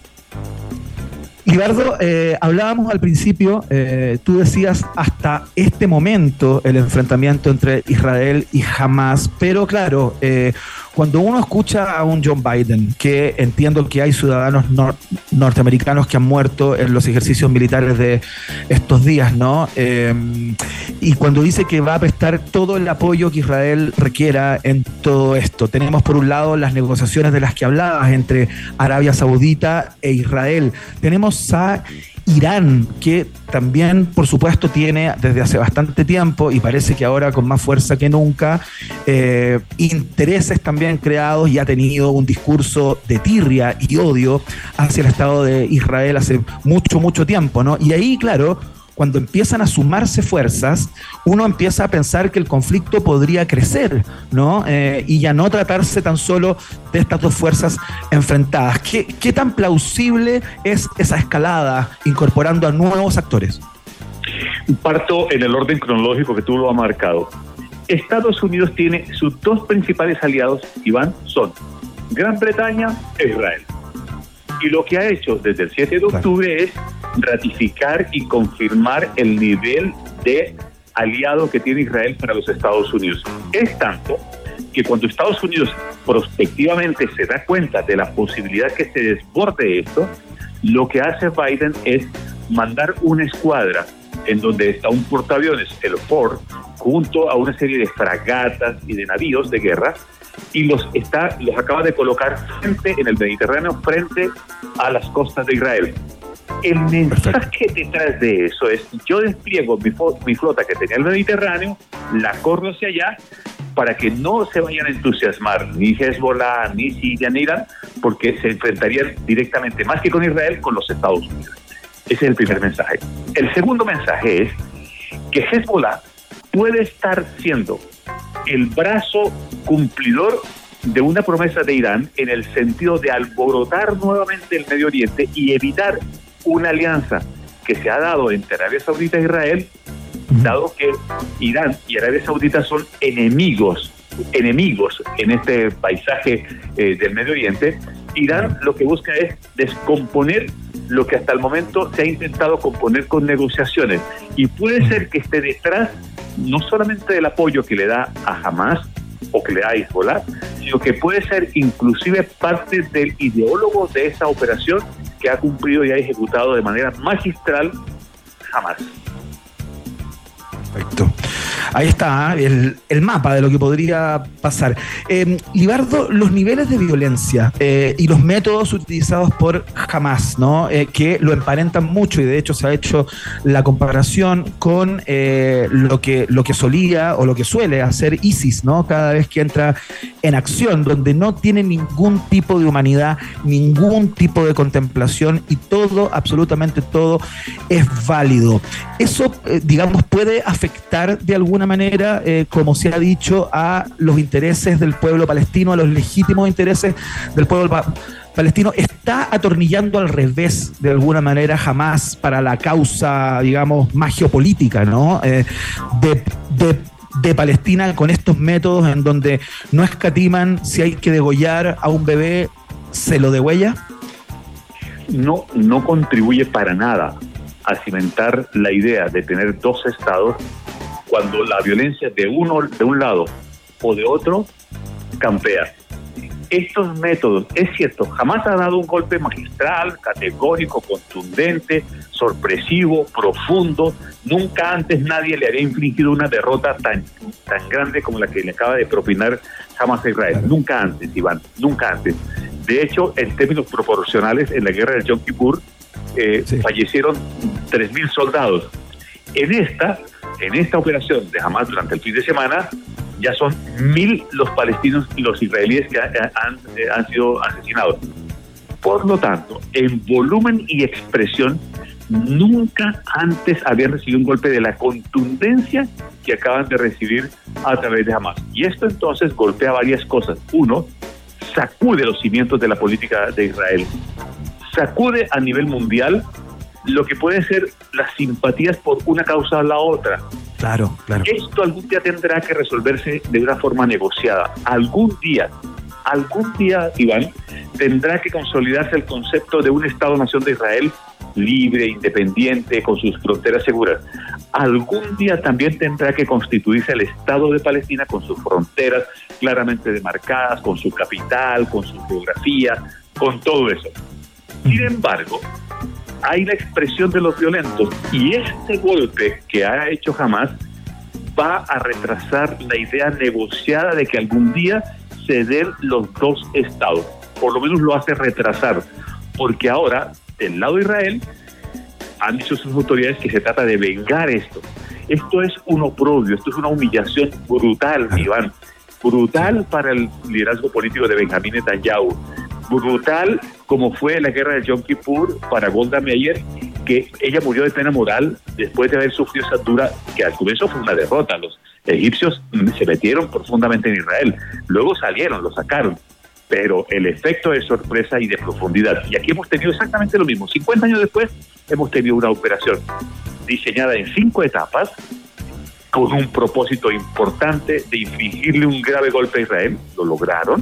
Libardo, eh, hablábamos al principio, eh, tú decías hasta este momento el enfrentamiento entre Israel y Hamás, pero claro, eh, cuando uno escucha a un John Biden, que entiendo que hay ciudadanos nor- norteamericanos que han muerto en los ejercicios militares de estos días, ¿no? Eh, y cuando dice que va a prestar todo el apoyo que Israel requiera en todo esto. Tenemos por un lado las negociaciones de las que hablabas entre Arabia Saudita e Israel. Tenemos a Irán, que también, por supuesto, tiene desde hace bastante tiempo, y parece que ahora con más fuerza que nunca, eh, intereses también creados, y ha tenido un discurso de tirria y odio hacia el Estado de Israel hace mucho, mucho tiempo, ¿no? Y ahí, claro, cuando empiezan a sumarse fuerzas, uno empieza a pensar que el conflicto podría crecer, ¿no? Eh, y ya no tratarse tan solo de estas dos fuerzas enfrentadas. ¿Qué, qué tan plausible es esa escalada incorporando a nuevos actores? Parto en el orden cronológico que tú lo has marcado. Estados Unidos tiene sus dos principales aliados, Iván, son Gran Bretaña e Israel. Y lo que ha hecho desde el siete de octubre es ratificar y confirmar el nivel de aliado que tiene Israel para los Estados Unidos. Es tanto que cuando Estados Unidos prospectivamente se da cuenta de la posibilidad que se desborde esto, lo que hace Biden es mandar una escuadra en donde está un portaaviones, el Ford, junto a una serie de fragatas y de navíos de guerra, y los está los acaba de colocar frente en el Mediterráneo, frente a las costas de Israel. El mensaje detrás de eso es: yo despliego mi, mi flota que tenía el Mediterráneo, la corro hacia allá, para que no se vayan a entusiasmar ni Hezbollah, ni Siria, ni Irán, porque se enfrentarían directamente, más que con Israel, con los Estados Unidos. Ese es el primer mensaje. El segundo mensaje es que Hezbollah puede estar siendo el brazo cumplidor de una promesa de Irán, en el sentido de alborotar nuevamente el Medio Oriente y evitar una alianza que se ha dado entre Arabia Saudita e Israel, dado que Irán y Arabia Saudita son enemigos, enemigos en este paisaje eh, del Medio Oriente. Irán lo que busca es descomponer lo que hasta el momento se ha intentado componer con negociaciones, y puede ser que esté detrás no solamente del apoyo que le da a Hamás o que le da a Hezbollah, sino que puede ser inclusive parte del ideólogo de esa operación que ha cumplido y ha ejecutado de manera magistral Hamás. Perfecto. Ahí está ¿eh? el, el mapa de lo que podría pasar. Eh, Libardo, los niveles de violencia eh, y los métodos utilizados por Hamas, ¿no? Eh, que lo emparentan mucho y de hecho se ha hecho la comparación con eh, lo que lo que solía o lo que suele hacer ISIS, ¿no? Cada vez que entra en acción, donde no tiene ningún tipo de humanidad, ningún tipo de contemplación y todo, absolutamente todo, es válido. Eso, eh, digamos, puede afectar de alguna manera, eh, como se ha dicho, a los intereses del pueblo palestino, a los legítimos intereses del pueblo pa- palestino. Está atornillando al revés, de alguna manera, Hamas para la causa, digamos, más geopolítica, ¿no? Eh, de, de de Palestina con estos métodos en donde no escatiman si hay que degollar a un bebé, se lo degüella. No, no contribuye para nada a cimentar la idea de tener dos estados cuando la violencia de uno, de un lado o de otro, campea. Estos métodos, es cierto, jamás ha dado un golpe magistral, categórico, contundente, sorpresivo, profundo. Nunca antes nadie le había infligido una derrota tan, tan grande como la que le acaba de propinar Hamas a Israel. Nunca antes, Iván, nunca antes. De hecho, en términos proporcionales, en la guerra del Yom Kippur eh, sí. fallecieron tres mil soldados. En esta, en esta operación de Hamas durante el fin de semana, ya son mil los palestinos y los israelíes que han, han, han sido asesinados. Por lo tanto, en volumen y expresión, nunca antes habían recibido un golpe de la contundencia que acaban de recibir a través de Hamas. Y esto entonces golpea varias cosas. Uno, sacude los cimientos de la política de Israel. Sacude a nivel mundial lo que pueden ser las simpatías por una causa o la otra. Claro, claro. Esto algún día tendrá que resolverse de una forma negociada. Algún día, algún día, Iván, tendrá que consolidarse el concepto de un Estado-nación de Israel libre, independiente, con sus fronteras seguras. Algún día también tendrá que constituirse el Estado de Palestina con sus fronteras claramente demarcadas, con su capital, con su geografía, con todo eso. Sin embargo, hay la expresión de los violentos y este golpe que ha hecho Hamas va a retrasar la idea negociada de que algún día se den los dos estados. Por lo menos lo hace retrasar, porque ahora, del lado de Israel, han dicho sus autoridades que se trata de vengar esto. Esto es un oprobio, esto es una humillación brutal, Iván, brutal para el liderazgo político de Benjamín Netanyahu, brutal como fue la guerra de Yom Kippur para Golda Meir, que ella murió de pena moral después de haber sufrido esa dura, que al comienzo fue una derrota. Los egipcios se metieron profundamente en Israel, luego salieron, lo sacaron, pero el efecto de sorpresa y de profundidad. Y aquí hemos tenido exactamente lo mismo. cincuenta años después hemos tenido una operación diseñada en cinco etapas con un propósito importante de infligirle un grave golpe a Israel, lo lograron,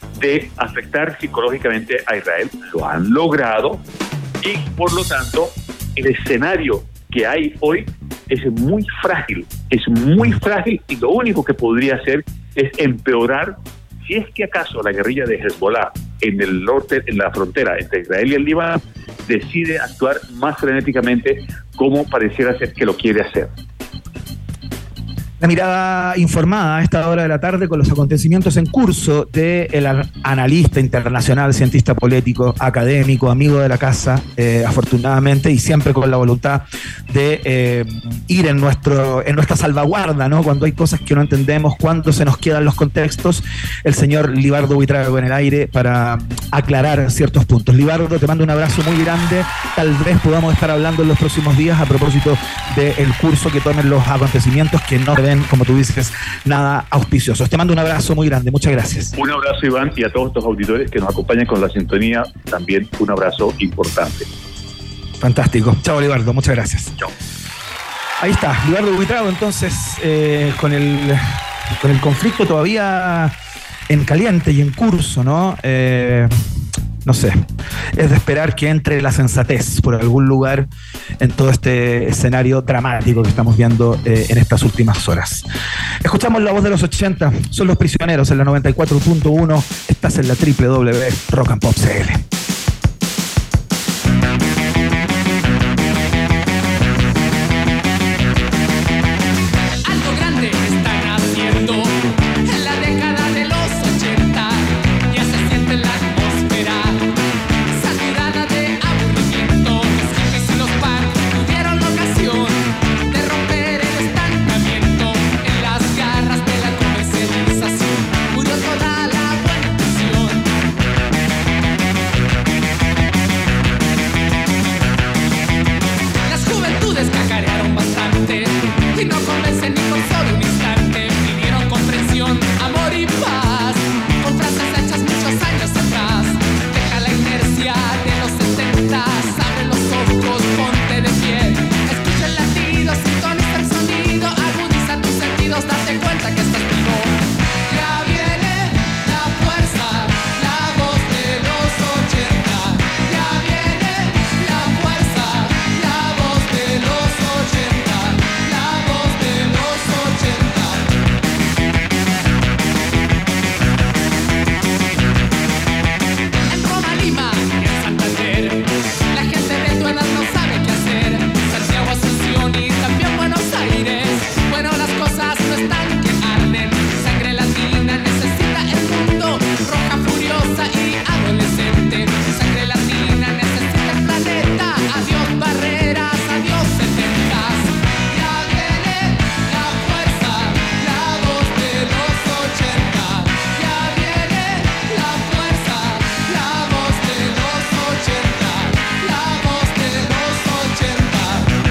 de afectar psicológicamente a Israel, lo han logrado, y por lo tanto el escenario que hay hoy es muy frágil, es muy frágil y lo único que podría hacer es empeorar si es que acaso la guerrilla de Hezbollah en el norte, en la frontera entre Israel y el Líbano, decide actuar más frenéticamente como pareciera ser que lo quiere hacer. La mirada informada a esta hora de la tarde con los acontecimientos en curso del analista internacional, cientista político, académico, amigo de la casa, eh, afortunadamente, y siempre con la voluntad de eh, ir en nuestro en nuestra salvaguarda, ¿no? Cuando hay cosas que no entendemos, cuando se nos quedan los contextos, el señor Libardo Buitrago en el aire para aclarar ciertos puntos. Libardo, te mando un abrazo muy grande. Tal vez podamos estar hablando en los próximos días a propósito del curso que tomen los acontecimientos que no ven, como tú dices, nada auspiciosos. Te mando un abrazo muy grande, muchas gracias. Un abrazo, Iván, y a todos estos auditores que nos acompañan con la sintonía, también un abrazo importante. Fantástico. Chao, Libardo, muchas gracias. Chao. Ahí está, Libardo Buitrago, entonces, eh, con el con el conflicto todavía en caliente y en curso, ¿no? Eh, no sé, es de esperar que entre la sensatez por algún lugar en todo este escenario dramático que estamos viendo eh, en estas últimas horas. Escuchamos la voz de los ochenta, son Los Prisioneros en la noventa y cuatro punto uno, estás en la doble u doble u doble u punto rock and pop punto c l. Algo grande date cuenta que estás vivo. Ya viene la fuerza, la voz de los ochenta. Ya viene la fuerza, la voz de los ochenta. La voz de los ochenta. En Roma, Lima y en Santander, la gente de tu edad no sabe qué hacer. Santiago, Asunción y también Buenos Aires. Bueno, las cosas no están que arden. Sangre latina necesita el mundo. Roja, furiosa y adolescente. Sangre latina necesita el planeta. Adiós barreras, adiós setentas. Ya viene la fuerza, la voz de los ochenta. Ya viene la fuerza, la voz de los ochenta. La voz de los ochenta.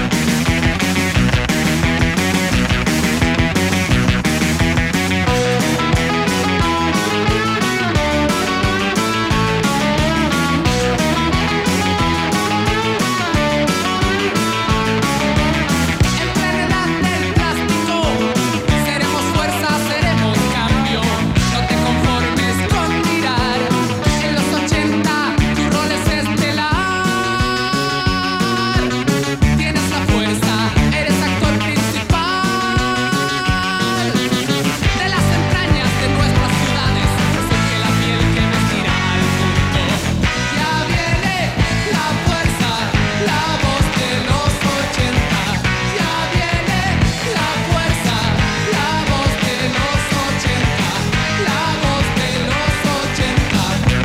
Enfermedad del plástico, seremos fuerza, seremos cambio. No te conformes con mirar. En los ochenta tu rol es estelar. Tienes la fuerza, eres actor principal. De las entrañas de nuestras ciudades surge la piel que vestirá al mundo. Ya viene la fuerza, la voz de los ochenta. Ya viene la fuerza, la voz de los ochenta. La voz de los ochenta.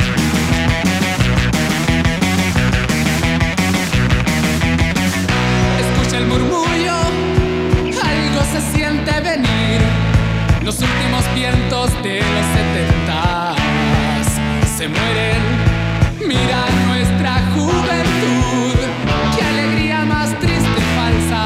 Escucha el murmullo, algo se siente venir. Los últimos vientos de los setentas se mueren. Mira nuestra juventud, qué alegría más triste y falsa.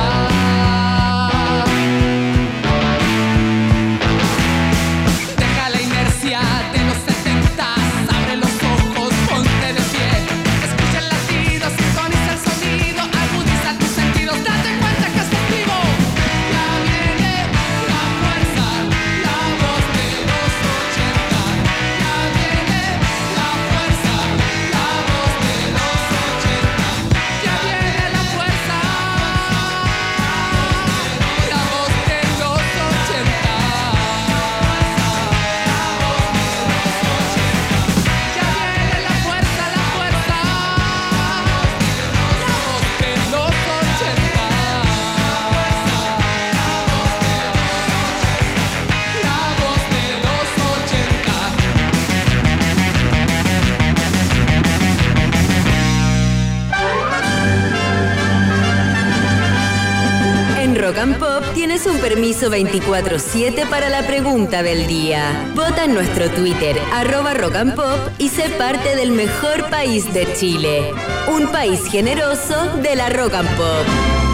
Deja la inercia de los setentas, abre los ojos, ponte de pie. Escucha el latido, sintoniza el sonido, agudiza tus sentidos, date cuenta que estás vivo. Ya viene la fuerza, la voz de los ochenta. Ya viene la fuerza, la voz de los ochenta. Ya viene la fuerza, la voz de los ochenta. Ya viene la fuerza, la fuerza, la voz de los ochenta. La voz de los ochenta. En Rock and Pop tienes un permiso veinticuatro siete para la pregunta del día. Vota en nuestro Twitter, arroba Rock and Pop, y sé parte del mejor país de Chile. Un país generoso de la Rock and Pop.